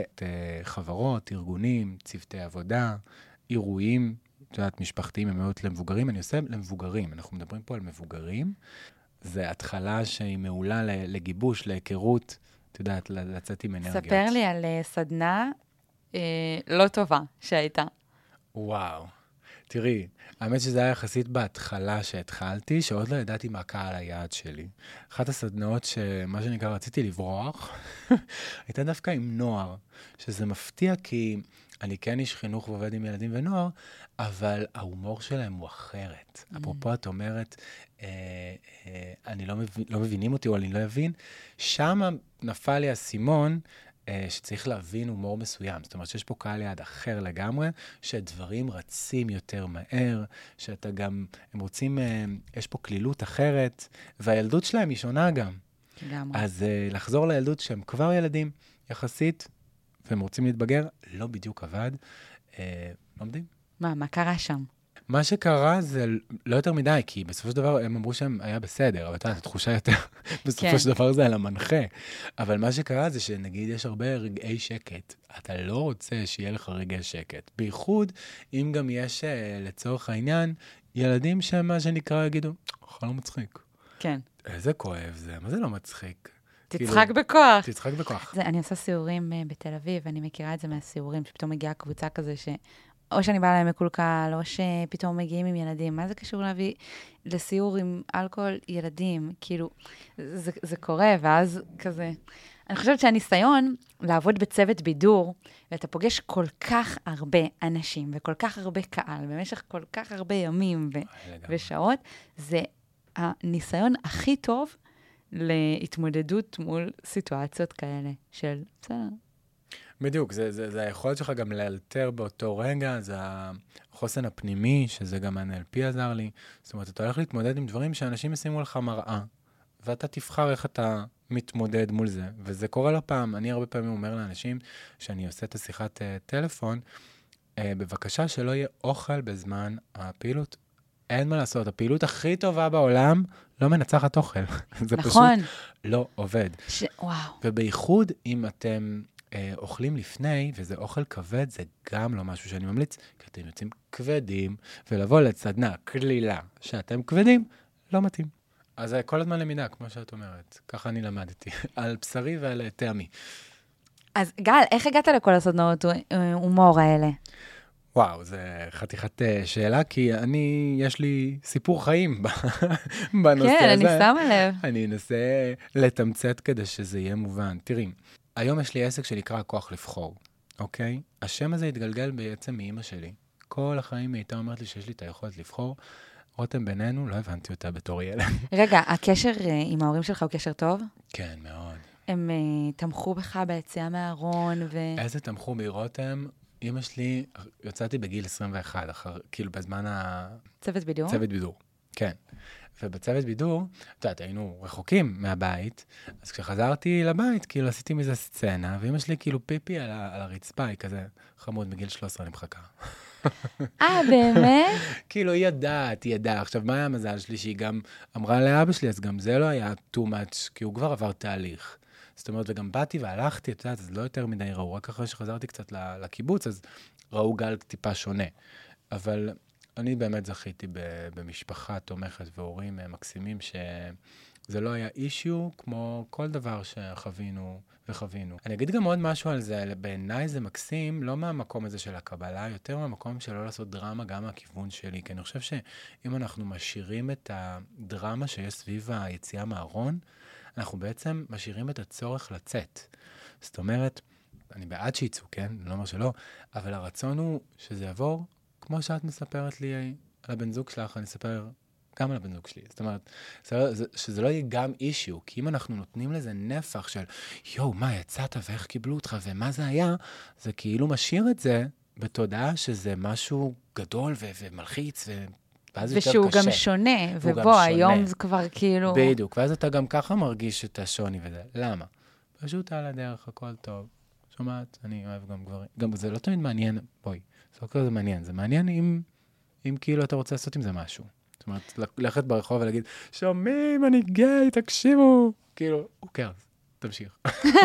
חברות, ארגונים, צוותי עבודה, אירועים, את יודעת, משפחתיים, הם מאוד למבוגרים. אני עושה למבוגרים. אנחנו מדברים פה על מבוגרים. זה התחלה שהיא מעולה לגיבוש, להיכרות, את יודעת, לצאת עם אנרגיות. ספר לי על סדנה אה, לא טובה שהייתה. וואו. תראי, האמת שזה היה יחסית בהתחלה שהתחלתי, שעוד לא ידעתי מה קהל היעד שלי. אחת הסדנאות שמה שנקרא רציתי לברוח, הייתה דווקא עם נוער, שזה מפתיע כי אני כן איש חינוך ועובד עם ילדים ונוער, אבל ההומור שלהם הוא אחרת. Mm. אפרופו את אומרת, אה, אה, אני לא, מבין, לא מבינים אותי או אני לא אבין, שם נפל לי הסימון, שצריך להבין הומור מסוים. זאת אומרת שיש פה קהל יעד אחר לגמרי, שדברים רצים יותר מהר, שאתה גם, הם רוצים, יש פה כלילות אחרת, והילדות שלהם היא שונה גם. לגמרי. אז לחזור לילדות שהם כבר ילדים יחסית, והם רוצים להתבגר, לא בדיוק עבד. לומדים? מה, מה קרה שם? מה שקרה זה לא יותר מדי, כי בסופו של דבר הם אמרו שהם היה בסדר, אבל אתה, התחושה יותר, בסופו של דבר זה על המנחה. אבל מה שקרה זה שנגיד יש הרבה רגעי שקט. אתה לא רוצה שיהיה לך רגעי שקט. בייחוד אם גם יש לצורך העניין ילדים שמה שנקרא יגידו, חלום מצחיק. כן. איזה כואב זה, מה זה לא מצחיק? תצחק בכוח. תצחק בכוח. זה, אני עושה סיורים בתל אביב, ואני מכירה את זה מהסיורים, שפתאום מגיעה קבוצה כזה ש... או שאני באה להם מקולקל, או שפתאום מגיעים עם ילדים. מה זה קשור להביא לסיור עם אלכוהול ילדים? כאילו, זה, זה קורה, ואז כזה... אני חושבת שהניסיון לעבוד בצוות בידור, ואתה פוגש כל כך הרבה אנשים, וכל כך הרבה קהל, במשך כל כך הרבה ימים ו- ושעות, זה הניסיון הכי טוב להתמודדות מול סיטואציות כאלה של, בסדר. בדיוק, זה, זה, זה היכולת שלך גם לאלתר באותו רגע, זה החוסן הפנימי, שזה גם ה-אן אל פי עזר לי. זאת אומרת, אתה הולך להתמודד עם דברים שאנשים ישימו לך מראה, ואתה תבחר איך אתה מתמודד מול זה. וזה קורה לא פעם. אני הרבה פעמים אומר לאנשים, שאני עושה את השיחת uh, טלפון, uh, בבקשה שלא יהיה אוכל בזמן הפעילות. אין מה לעשות, הפעילות הכי טובה בעולם לא מנצחת אוכל. זה נכון. פשוט לא עובד. ש... וואו. ובייחוד אם אתם... אוכלים לפני, וזה אוכל כבד, זה גם לא משהו שאני ממליץ, כי אתם יוצאים כבדים, ולבוא לסדנה כלילה שאתם כבדים, לא מתאים. אז כל הזמן למידה, כמו שאת אומרת. ככה אני למדתי, על בשרי ועל טעמי. אז גל, איך הגעת לכל הסדנאות הומור האלה? וואו, זה חתיכת שאלה, כי אני, יש לי סיפור חיים בנושא הזה. כן, אני שמה לב. אני אנסה לתמצת כדי שזה יהיה מובן. תראי, היום יש לי עסק שנקרא כוח לבחור, אוקיי? השם הזה התגלגל בעצם מאמא שלי. כל החיים היא הייתה אומרת לי שיש לי את היכולת לבחור. רותם בינינו, לא הבנתי אותה בתור ילד. רגע, הקשר עם ההורים שלך הוא קשר טוב? כן, מאוד. הם uh, תמכו בך ביציאה מהארון ו... איזה תמכו בי, רותם? אמא שלי, יצאתי בגיל עשרים ואחת, אחר, כאילו בזמן ה... צוות בידור? צוות בידור, כן. ובצוות בידור, את יודעת, היינו רחוקים מהבית, אז כשחזרתי לבית, כאילו עשיתי מזה סצנה, ואמא שלי כאילו פיפי על, ה- על הרצפה, היא כזה חמוד, בגיל שלוש עשרה אני מחכה. אה, באמת? כאילו, היא ידעת, היא ידעה. עכשיו, מה היה המזל שלי? שהיא גם אמרה לאבא שלי, אז גם זה לא היה too much, כי הוא כבר עבר תהליך. זאת אומרת, וגם באתי והלכתי, את יודעת, אז לא יותר מדי ראו, רק אחרי שחזרתי קצת לקיבוץ, אז ראו גל טיפה שונה. אבל אני באמת זכיתי במשפחה תומכת והורים מקסימים, שזה לא היה אישיו, כמו כל דבר שחווינו וחווינו. אני אגיד גם עוד משהו על זה, בעיניי זה מקסים, לא מהמקום הזה של הקבלה, יותר מהמקום של לא לעשות דרמה גם מהכיוון שלי, כי אני חושב שאם אנחנו משאירים את הדרמה שיש סביב היציאה מהארון, אנחנו בעצם משאירים את הצורך לצאת. זאת אומרת, אני בעד שיצאו, כן? אני לא אומר שלא, אבל הרצון הוא שזה יעבור, כמו שאת מספרת לי על הבן זוג שלך, אני אספר גם על הבן זוג שלי. זאת אומרת, שזה לא יהיה גם אישיו, כי אם אנחנו נותנים לזה נפח של, יואו, מה, יצאת ואיך קיבלו אותך ומה זה היה, זה כאילו משאיר את זה בתודעה שזה משהו גדול ו- ומלחיץ ו... ושהוא גם שונה, ובוא, היום זה כבר כאילו... בדיוק, ואז אתה גם ככה מרגיש את השוני וזה. למה? פשוט על הדרך, הכל טוב. שומעת? אני אוהב גם גברים. גם זה לא תמיד מעניין, בואי, זה לא כזה מעניין. זה מעניין אם, אם כאילו אתה רוצה לעשות עם זה משהו. זאת אומרת, ללכת ברחוב ולהגיד, שומעים, אני גיי, תקשיבו. כאילו, הוא קר, תמשיך.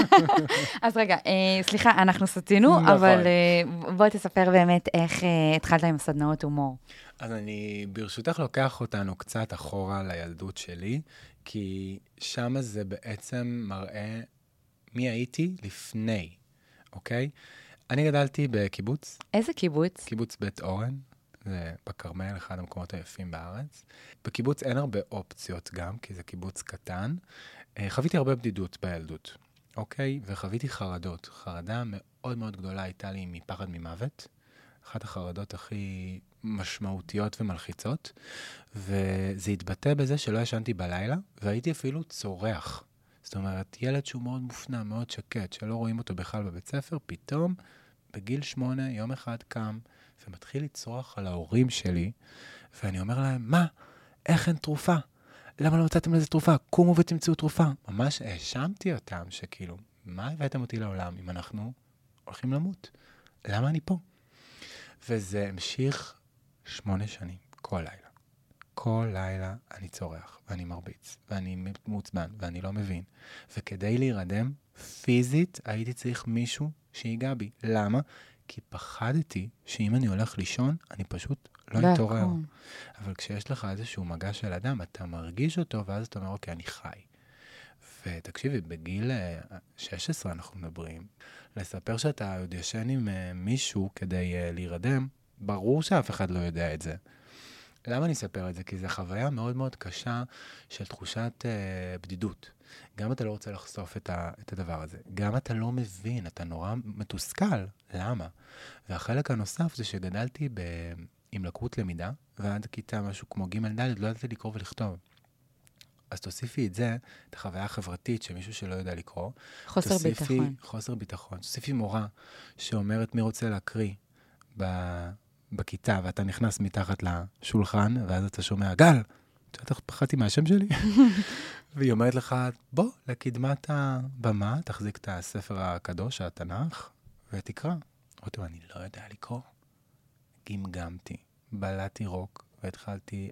אז רגע, סליחה, אנחנו סתינו, אבל בואי תספר באמת איך התחלת עם סדנאות הומור. אז אני ברשותך לוקח אותנו קצת אחורה לילדות שלי, כי שם זה בעצם מראה מי הייתי לפני, אוקיי? אני גדלתי בקיבוץ. איזה קיבוץ? קיבוץ בית אורן, זה בכרמל, אחד המקומות היפים בארץ. בקיבוץ אין הרבה אופציות גם, כי זה קיבוץ קטן. חוויתי הרבה בדידות בילדות, אוקיי? וחוויתי חרדות. חרדה מאוד מאוד גדולה הייתה לי מפחד ממוות. אחת החרדות הכי משמעותיות ומלחיצות, וזה התבטא בזה שלא ישנתי בלילה, והייתי אפילו צורח. זאת אומרת, ילד שהוא מאוד מופנם, מאוד שקט, שלא רואים אותו בכלל בבית ספר, פתאום בגיל שמונה, יום אחד קם, ומתחיל לצרוח על ההורים שלי, ואני אומר להם, מה? איך אין תרופה? למה לא מצאתם לזה תרופה? קומו ותמצאו תרופה. ממש האשמתי אותם שכאילו, מה הבאתם אותי לעולם אם אנחנו הולכים למות? למה אני פה? וזה המשיך שמונה שנים, כל לילה. כל לילה אני צורח, ואני מרביץ, ואני מעוצבן, ואני לא מבין. וכדי להירדם, פיזית, הייתי צריך מישהו שיגע בי. למה? כי פחדתי שאם אני הולך לישון, אני פשוט לא אתעורר. אבל כשיש לך איזשהו מגע של אדם, אתה מרגיש אותו, ואז אתה אומר, אוקיי, אני חי. ותקשיבי, בגיל שש עשרה אנחנו מדברים, לספר שאתה עוד ישן עם מישהו כדי להירדם, ברור שאף אחד לא יודע את זה. למה אני אספר את זה? כי זו חוויה מאוד מאוד קשה של תחושת אה, בדידות. גם אתה לא רוצה לחשוף את, ה, את הדבר הזה. גם אתה לא מבין, אתה נורא מתוסכל. למה? והחלק הנוסף זה שגדלתי ב, עם לקות למידה, ועד כיתה משהו כמו ג' ד' לא ידעתי לקרוא ולכתוב. אז תוסיפי את זה, את החוויה החברתית שמישהו שלא יודע לקרוא. חוסר תוסיפי, ביטחון. חוסר ביטחון. תוסיפי מורה שאומרת מי רוצה להקריא ב... בכיתה, ואתה נכנס מתחת לשולחן, ואז אתה שומע, גל, אתה יודעת איך פחדתי מהשם שלי? והיא אומרת לך, בוא, לקדמת הבמה, תחזיק את הספר הקדוש, התנ"ך, ותקרא. אמרתי, אני לא יודע לקרוא. גמגמתי, בלעתי רוק, והתחלתי,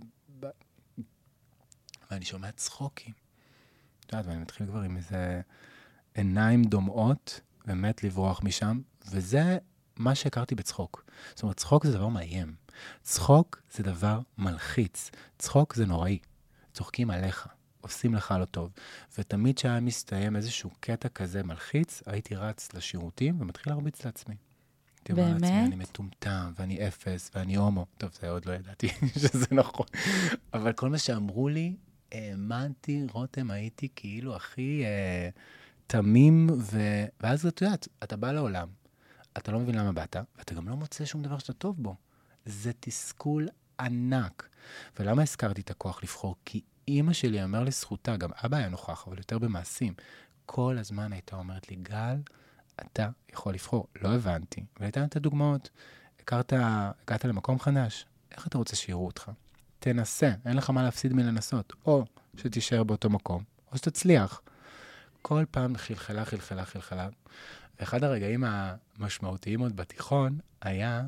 ואני שומע צחוקים. אתה יודעת, ואני מתחיל כבר עם איזה עיניים דומעות, ומת לברוח משם, וזה מה שהכרתי בצחוק. זאת אומרת, צחוק זה דבר מאיים. צחוק זה דבר מלחיץ. צחוק זה נוראי. צוחקים עליך, עושים לך לא טוב. ותמיד שהיה מסתיים איזשהו קטע כזה מלחיץ, הייתי רץ לשירותים ומתחיל להרביץ לעצמי. באמת? לעצמי, אני מטומטם, ואני אפס, ואני הומו. טוב, זה עוד לא ידעתי שזה נכון. אבל כל מה שאמרו לי, האמנתי, רותם, הייתי כאילו הכי אה, תמים, ו... ואז את יודעת, אתה בא לעולם, אתה לא מבין למה באת, ואתה גם לא מוצא שום דבר שאתה טוב בו. זה תסכול ענק. ולמה הזכרתי את הכוח לבחור? כי אימא שלי אמר לזכותה, גם אבא היה נוכח, אבל יותר במעשים. כל הזמן הייתה אומרת לי, גל, אתה יכול לבחור. לא הבנתי. והייתה את הדוגמאות. הכרת, הגעת למקום חדש. איך אתה רוצה שיראו אותך? תנסה. אין לך מה להפסיד מלנסות. או שתישאר באותו מקום, או שתצליח. כל פעם חלחלה, חלחלה, חלחלה. ואחד הרגעים המשמעותיים עוד בתיכון היה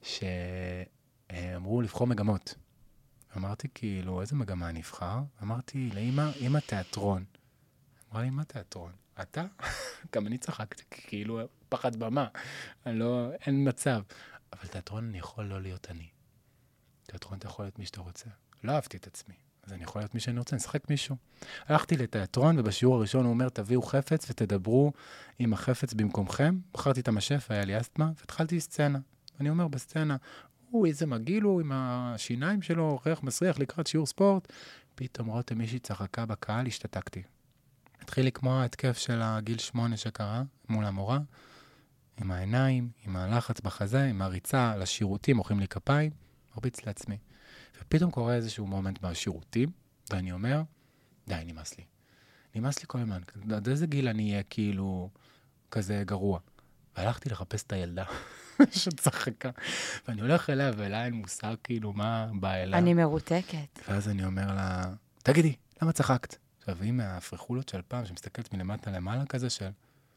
שאמרו לבחור מגמות. אמרתי כאילו, איזה מגמה נבחר? אמרתי לאמא, אמא תיאטרון. אמרה לי, מה תיאטרון? אתה? גם אני צחקתי, כאילו פחד במה. לא, אין מצב. אבל תיאטרון אני יכול לא להיות אני. תיאטרון אתה יכול להיות מי שאתה רוצה. לא אהבתי את עצמי. אז אני יכול להיות מי שאני רוצה, נשחק מישהו. הלכתי לתיאטרון, ובשיעור הראשון הוא אומר, תביאו חפץ ותדברו עם החפץ במקומכם. בחרתי את המשף, היה לי אסתמה, והתחלתי סצנה. אני אומר בסצנה, הוא איזה מגעיל הוא עם השיניים שלו, ריח מסריח לקראת שיעור ספורט. פתאום רותם מישהי צחקה בקהל, השתתקתי. התחיל לי כמו ההתקף של הגיל שמונה שקרה, מול המורה, עם העיניים, עם הלחץ בחזה, עם הריצה לשירותים, אוכלים לי כפיים, מרביץ לעצמי. ופתאום קורה איזשהו מומנט מהשירותים, ואני אומר, די, נמאס לי. נמאס לי כל הזמן. עד איזה גיל אני אהיה כאילו כזה גרוע. והלכתי לחפש את הילדה שצחקה. ואני הולך אליה, ואלה אין מושג כאילו מה בא אליה. אני מרותקת. ואז אני אומר לה, תגידי, למה צחקת? עכשיו, היא מהפרחולות של פעם, שמסתכלת מלמטה למעלה כזה של,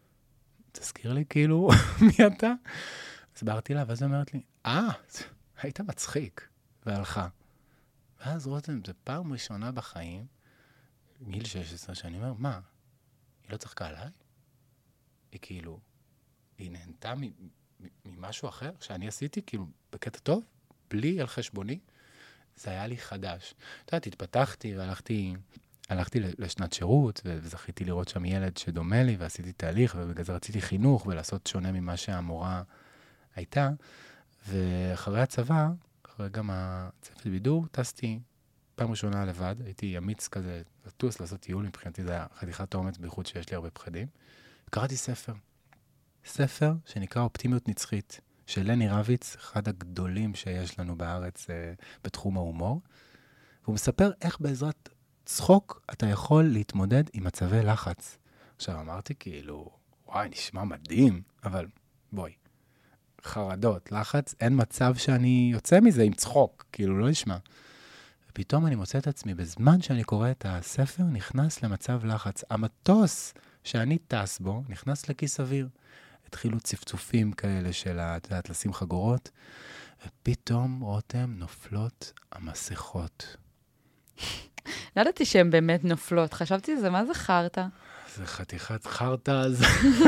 תזכיר לי כאילו, מי אתה? הסברתי לה, ואז היא אומרת לי, אה, היית מצחיק. והלכה. ואז רותם, זה פעם ראשונה בחיים, גיל שש עשרה, שאני אומר, מה? היא לא צחקה עליי? היא כאילו, היא נהנתה ממשהו אחר שאני עשיתי, כאילו, בקטע טוב, בלי על חשבוני. זה היה לי חדש. אתה יודעת, התפתחתי והלכתי, הלכתי לשנת שירות, וזכיתי לראות שם ילד שדומה לי, ועשיתי תהליך, ובגלל זה רציתי חינוך, ולעשות שונה ממה שהמורה הייתה. ואחרי הצבא, אחרי גם הצוות בידור, טסתי פעם ראשונה לבד, הייתי אמיץ כזה, לטוס, לעשות טיול, מבחינתי זה היה חתיכת האומץ, בייחוד שיש לי הרבה פחדים. קראתי ספר, ספר שנקרא אופטימיות נצחית, של לני רביץ, אחד הגדולים שיש לנו בארץ אה, בתחום ההומור, והוא מספר איך בעזרת צחוק, אתה יכול להתמודד עם מצבי לחץ. עכשיו, אמרתי כאילו, וואי, נשמע מדהים, אבל בואי, חרדות, לחץ, אין מצב שאני יוצא מזה עם צחוק, כאילו, לא נשמע. ופתאום אני מוצא את עצמי, בזמן שאני קורא את הספר, נכנס למצב לחץ. המטוס שאני טס בו, נכנס לכיס אוויר. התחילו צפצופים כאלה של, את יודעת, לשים חגורות, ופתאום, רותם, נופלות המסכות. לא ידעתי שהן באמת נופלות, חשבתי זה, מה זה חרטה? זה חתיכת חרטה, אז...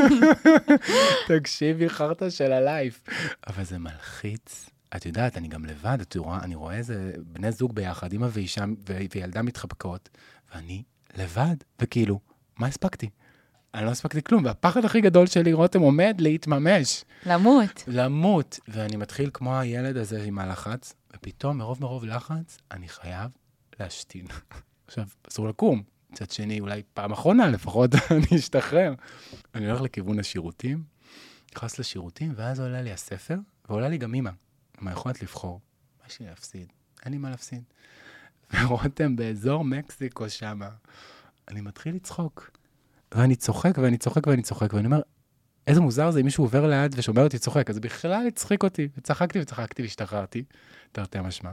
תקשיבי, חרטה של הלייף. אבל זה מלחיץ. את יודעת, אני גם לבד, את רואה, אני רואה איזה בני זוג ביחד, אמא ואישה וילדה מתחבקות, ואני לבד, וכאילו, מה הספקתי? אני לא הספקתי כלום, והפחד הכי גדול שלי, רותם, עומד להתממש. למות. למות. ואני מתחיל כמו הילד הזה עם הלחץ, ופתאום, מרוב מרוב לחץ, אני חייב להשתין. עכשיו, אסור לקום. מצד שני, אולי פעם אחרונה, לפחות אני אשתחרר. אני הולך לכיוון השירותים, נכנס לשירותים, ואז עולה לי הספר, ועולה לי גם אמא. מה יכולת לבחור? מה יש לי להפסיד? אין לי מה להפסיד. ורותם באזור מקסיקו שמה, אני מתחיל לצחוק. ואני צוחק, ואני צוחק, ואני צוחק, ואני אומר, איזה מוזר זה אם מישהו עובר ליד ושומע אותי צוחק, אז בכלל הצחיק אותי, וצחקתי וצחקתי והשתחררתי, תרתי משמע.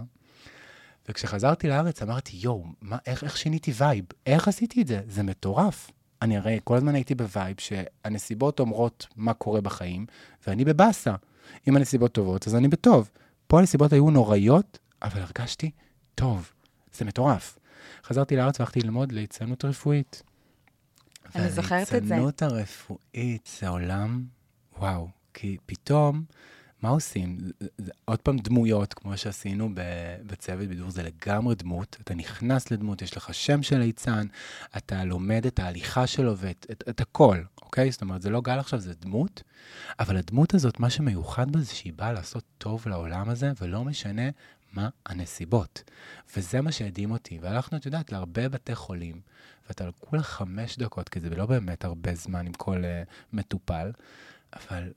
וכשחזרתי לארץ אמרתי, יואו, מה, איך, איך שיניתי וייב? איך עשיתי את זה? זה מטורף. אני הרי כל הזמן הייתי בווייב שהנסיבות אומרות מה קורה בחיים, ואני בבאסה. אם הנסיבות טובות, אז אני בטוב. פה הנסיבות היו נוראיות, אבל הרגשתי טוב. זה מטורף. חזרתי לארץ והלכתי ללמוד ליצנות רפואית. אני זוכרת את זה. והליצנות הרפואית זה עולם, וואו, כי פתאום, מה עושים? זה עוד פעם דמויות, כמו שעשינו בצוות בידור, זה לגמרי דמות, אתה נכנס לדמות, יש לך שם של ליצן, אתה לומד את ההליכה שלו ואת את, את הכל, אוקיי? זאת אומרת, זה לא גל עכשיו, זה דמות, אבל הדמות הזאת, מה שמיוחד בה זה שהיא באה לעשות טוב לעולם הזה, ולא משנה מה הנסיבות. וזה מה שהדהים אותי, והלכנו, את יודעת, להרבה בתי חולים, ואתה על כולה חמש דקות, כי זה לא באמת הרבה זמן עם כל uh, מטופל, אבל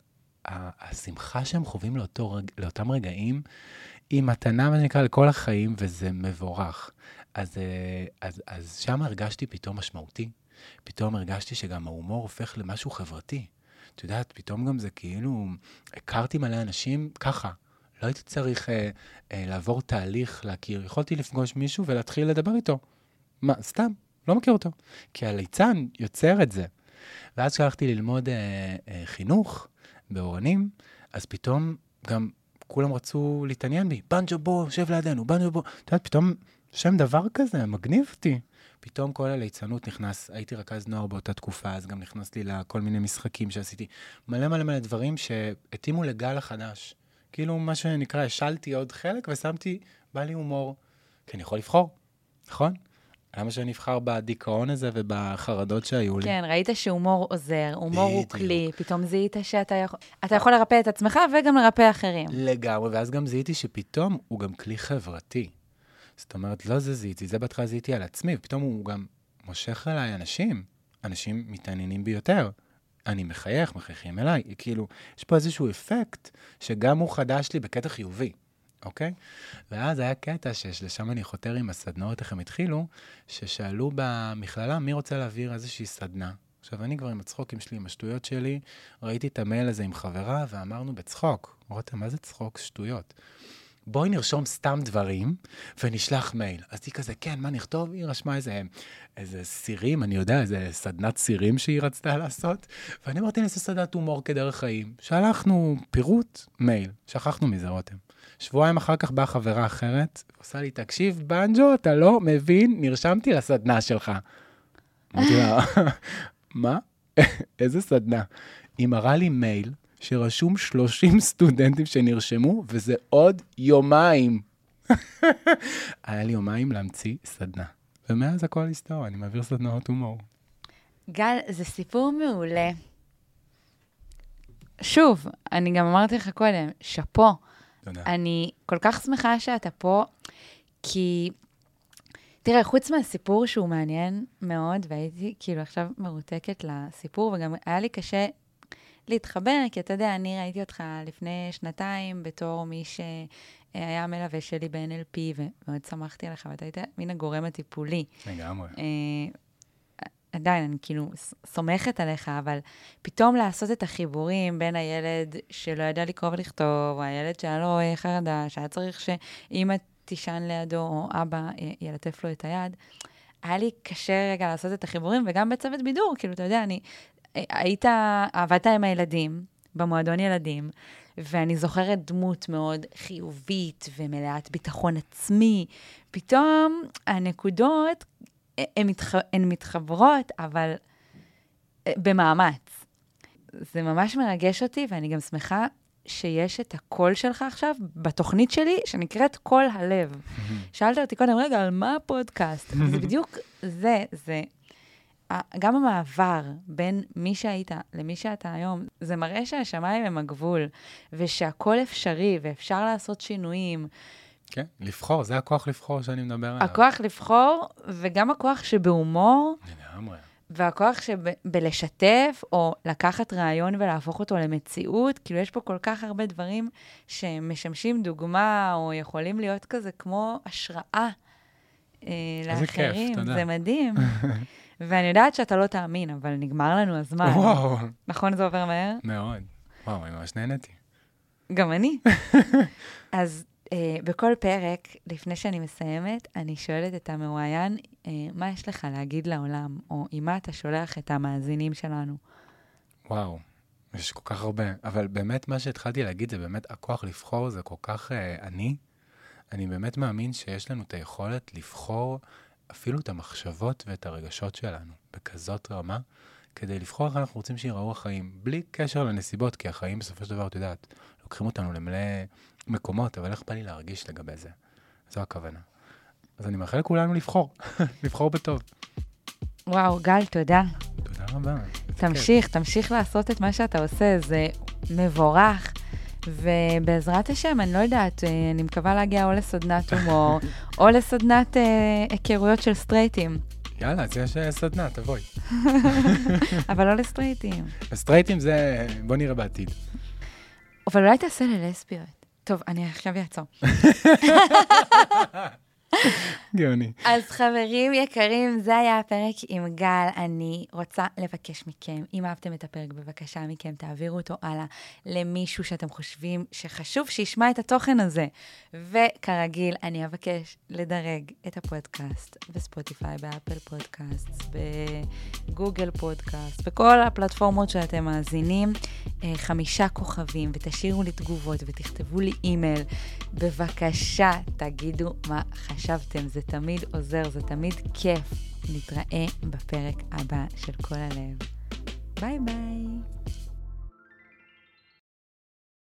השמחה שהם חווים לאותו, לאותם רגעים, היא מתנה, מה שנקרא, לכל החיים, וזה מבורך. אז, אז, אז שם הרגשתי פתאום משמעותי. פתאום הרגשתי שגם ההומור הופך למשהו חברתי. את יודעת, פתאום גם זה כאילו, הכרתי מלא אנשים ככה. לא הייתי צריך אה, אה, לעבור תהליך להכיר. יכולתי לפגוש מישהו ולהתחיל לדבר איתו. מה, סתם, לא מכיר אותו. כי הליצן יוצר את זה. ואז כשהלכתי ללמוד אה, אה, חינוך, באורנים, אז פתאום גם כולם רצו להתעניין בי, בנג'ו בוא, שב לידינו, בנג'ו בוא. אתה יודע, פתאום שם דבר כזה, מגניב אותי. פתאום כל הליצנות נכנס, הייתי רכז נוער באותה תקופה, אז גם נכנס לי לכל מיני משחקים שעשיתי. מלא מלא מלא דברים שהתאימו לגל החדש. כאילו מה שנקרא, השלתי עוד חלק ושמתי, בא לי הומור. כי אני יכול לבחור, נכון? למה שאני אבחר בדיכאון הזה ובחרדות שהיו לי? כן, ראית שהומור עוזר, הומור הוא כלי, פתאום זיהית שאתה יכול, אתה יכול לרפא את עצמך וגם לרפא אחרים. לגמרי, ואז גם זיהיתי שפתאום הוא גם כלי חברתי. זאת אומרת, לא זה זיהיתי, זה בהתחלה זיהיתי על עצמי, ופתאום הוא גם מושך אליי אנשים, אנשים מתעניינים ביותר. אני מחייך, מחייכים אליי, כאילו, יש פה איזשהו אפקט שגם הוא חדש לי בקטע חיובי. אוקיי? ואז היה קטע שלשם אני חותר עם הסדנאות, איך הם התחילו, ששאלו במכללה, מי רוצה להעביר איזושהי סדנה? עכשיו, אני כבר עם הצחוקים שלי, עם השטויות שלי, ראיתי את המייל הזה עם חברה, ואמרנו בצחוק, רותם, מה זה צחוק? שטויות. בואי נרשום סתם דברים, ונשלח מייל. אז היא כזה, כן, מה נכתוב? היא רשמה איזה, איזה סירים, אני יודע, איזה סדנת סירים שהיא רצתה לעשות, ואני אמרתי, איזה סדנת הומור כדרך חיים. שלחנו פירוט, מייל. שכחנו מזה, רותם. שבועיים אחר כך באה חברה אחרת, ועושה לי, תקשיב, בנג'ו, אתה לא מבין, נרשמתי לסדנה שלך. אמרתי לה, מה? איזה סדנה? היא מראה לי מייל, שרשום שלושים סטודנטים שנרשמו, וזה עוד יומיים. היה לי יומיים להמציא סדנה. ומאז הכל היסטוריה, אני מעביר סדנאות הומור. גל, זה סיפור מעולה. שוב, אני גם אמרתי לך קודם, שפו. תודה. אני כל כך שמחה שאתה פה, כי, תראה, חוץ מהסיפור שהוא מעניין מאוד, והייתי כאילו עכשיו מרותקת לסיפור, וגם היה לי קשה להתחבר, כי אתה יודע, אני ראיתי אותך לפני שנתיים בתור מי היה המלווה שלי ב-אן אל פי, ומאוד שמחתי עליך, ואתה היית מן הגורם הטיפולי. לגמרי. עדיין, אני כאילו סומכת עליך, אבל פתאום לעשות את החיבורים בין הילד שלא ידע לקרוא ולכתוב, או הילד שהיה לו חרדה, שהיה צריך שאמא תישן לידו, או אבא ילטף לו את היד, היה לי קשה רגע לעשות את החיבורים, וגם בצוות בידור, כאילו, אתה יודע, אני, היית, עבדת עם הילדים, במועדון ילדים, ואני זוכרת דמות מאוד חיובית, ומלאת ביטחון עצמי. פתאום הנקודות, הן מתח... מתחברות, אבל במאמץ. זה ממש מרגש אותי, ואני גם שמחה שיש את הקול שלך עכשיו בתוכנית שלי, שנקראת קול הלב. שאלת אותי קודם, רגע, על מה הפודקאסט? זה בדיוק זה, זה. גם המעבר בין מי שהיית למי שאתה היום, זה מראה שהשמיים הם הגבול, ושהכל אפשרי, ואפשר לעשות שינויים. כן, לבחור, זה הכוח לבחור שאני מדבר עליו. הכוח לבחור, וגם הכוח שבהומור, לגמרי. והכוח שבלשתף, או לקחת רעיון ולהפוך אותו למציאות, כאילו יש פה כל כך הרבה דברים שמשמשים דוגמה, או יכולים להיות כזה כמו השראה אה, לאחרים. כיף, תודה. זה מדהים. ואני יודעת שאתה לא תאמין, אבל נגמר לנו הזמן. וואו. נכון, זה עובר מהר? מאוד. וואו, אני ממש נהניתי. גם אני. אז uh, בכל פרק, לפני שאני מסיימת, אני שואלת את המרואיין, uh, מה יש לך להגיד לעולם, או עם מה אתה שולח את המאזינים שלנו? וואו, יש כל כך הרבה. אבל באמת מה שהתחלתי להגיד זה באמת, הכוח לבחור זה כל כך uh, אני. אני באמת מאמין שיש לנו את היכולת לבחור אפילו את המחשבות ואת הרגשות שלנו, בכזאת רמה, כדי לבחור איך אנחנו רוצים שיראו החיים, בלי קשר לנסיבות, כי החיים בסופו של דבר, את יודעת, לוקחים אותנו למלא מקומות, אבל איך בא לי להרגיש לגבי זה? זו הכוונה. אז אני מאחל לכולנו לבחור, לבחור בטוב. וואו, גל, תודה. תודה רבה. תמשיך, תמשיך לעשות את מה שאתה עושה, זה מבורך. ובעזרת השם, אני לא יודעת, אני מקווה להגיע או לסדנת הומור, או לסדנת אה, היכרויות של סטרייטים. יאללה, אז יש סדנה, תבואי. אבל לא לסטרייטים. לסטרייטים זה, בוא נראה בעתיד. אבל אולי תעשה ללסביות. טוב, אני עכשיו אעצור. גאוני. אז חברים יקרים, זה היה הפרק עם גל. אני רוצה לבקש מכם, אם אהבתם את הפרק, בבקשה מכם, תעבירו אותו הלאה למישהו שאתם חושבים שחשוב שישמע את התוכן הזה. וכרגיל, אני אבקש לדרג את הפודקאסט בספוטיפיי, באפל פודקאסט, בגוגל פודקאסט, בכל הפלטפורמות שאתם מאזינים, חמישה כוכבים, ותשאירו לי תגובות ותכתבו לי אימייל. בבקשה, תגידו מה חשבתם, זה תמיד עוזר, זה תמיד כיף. נתראה בפרק הבא של כל הלב. ביי ביי.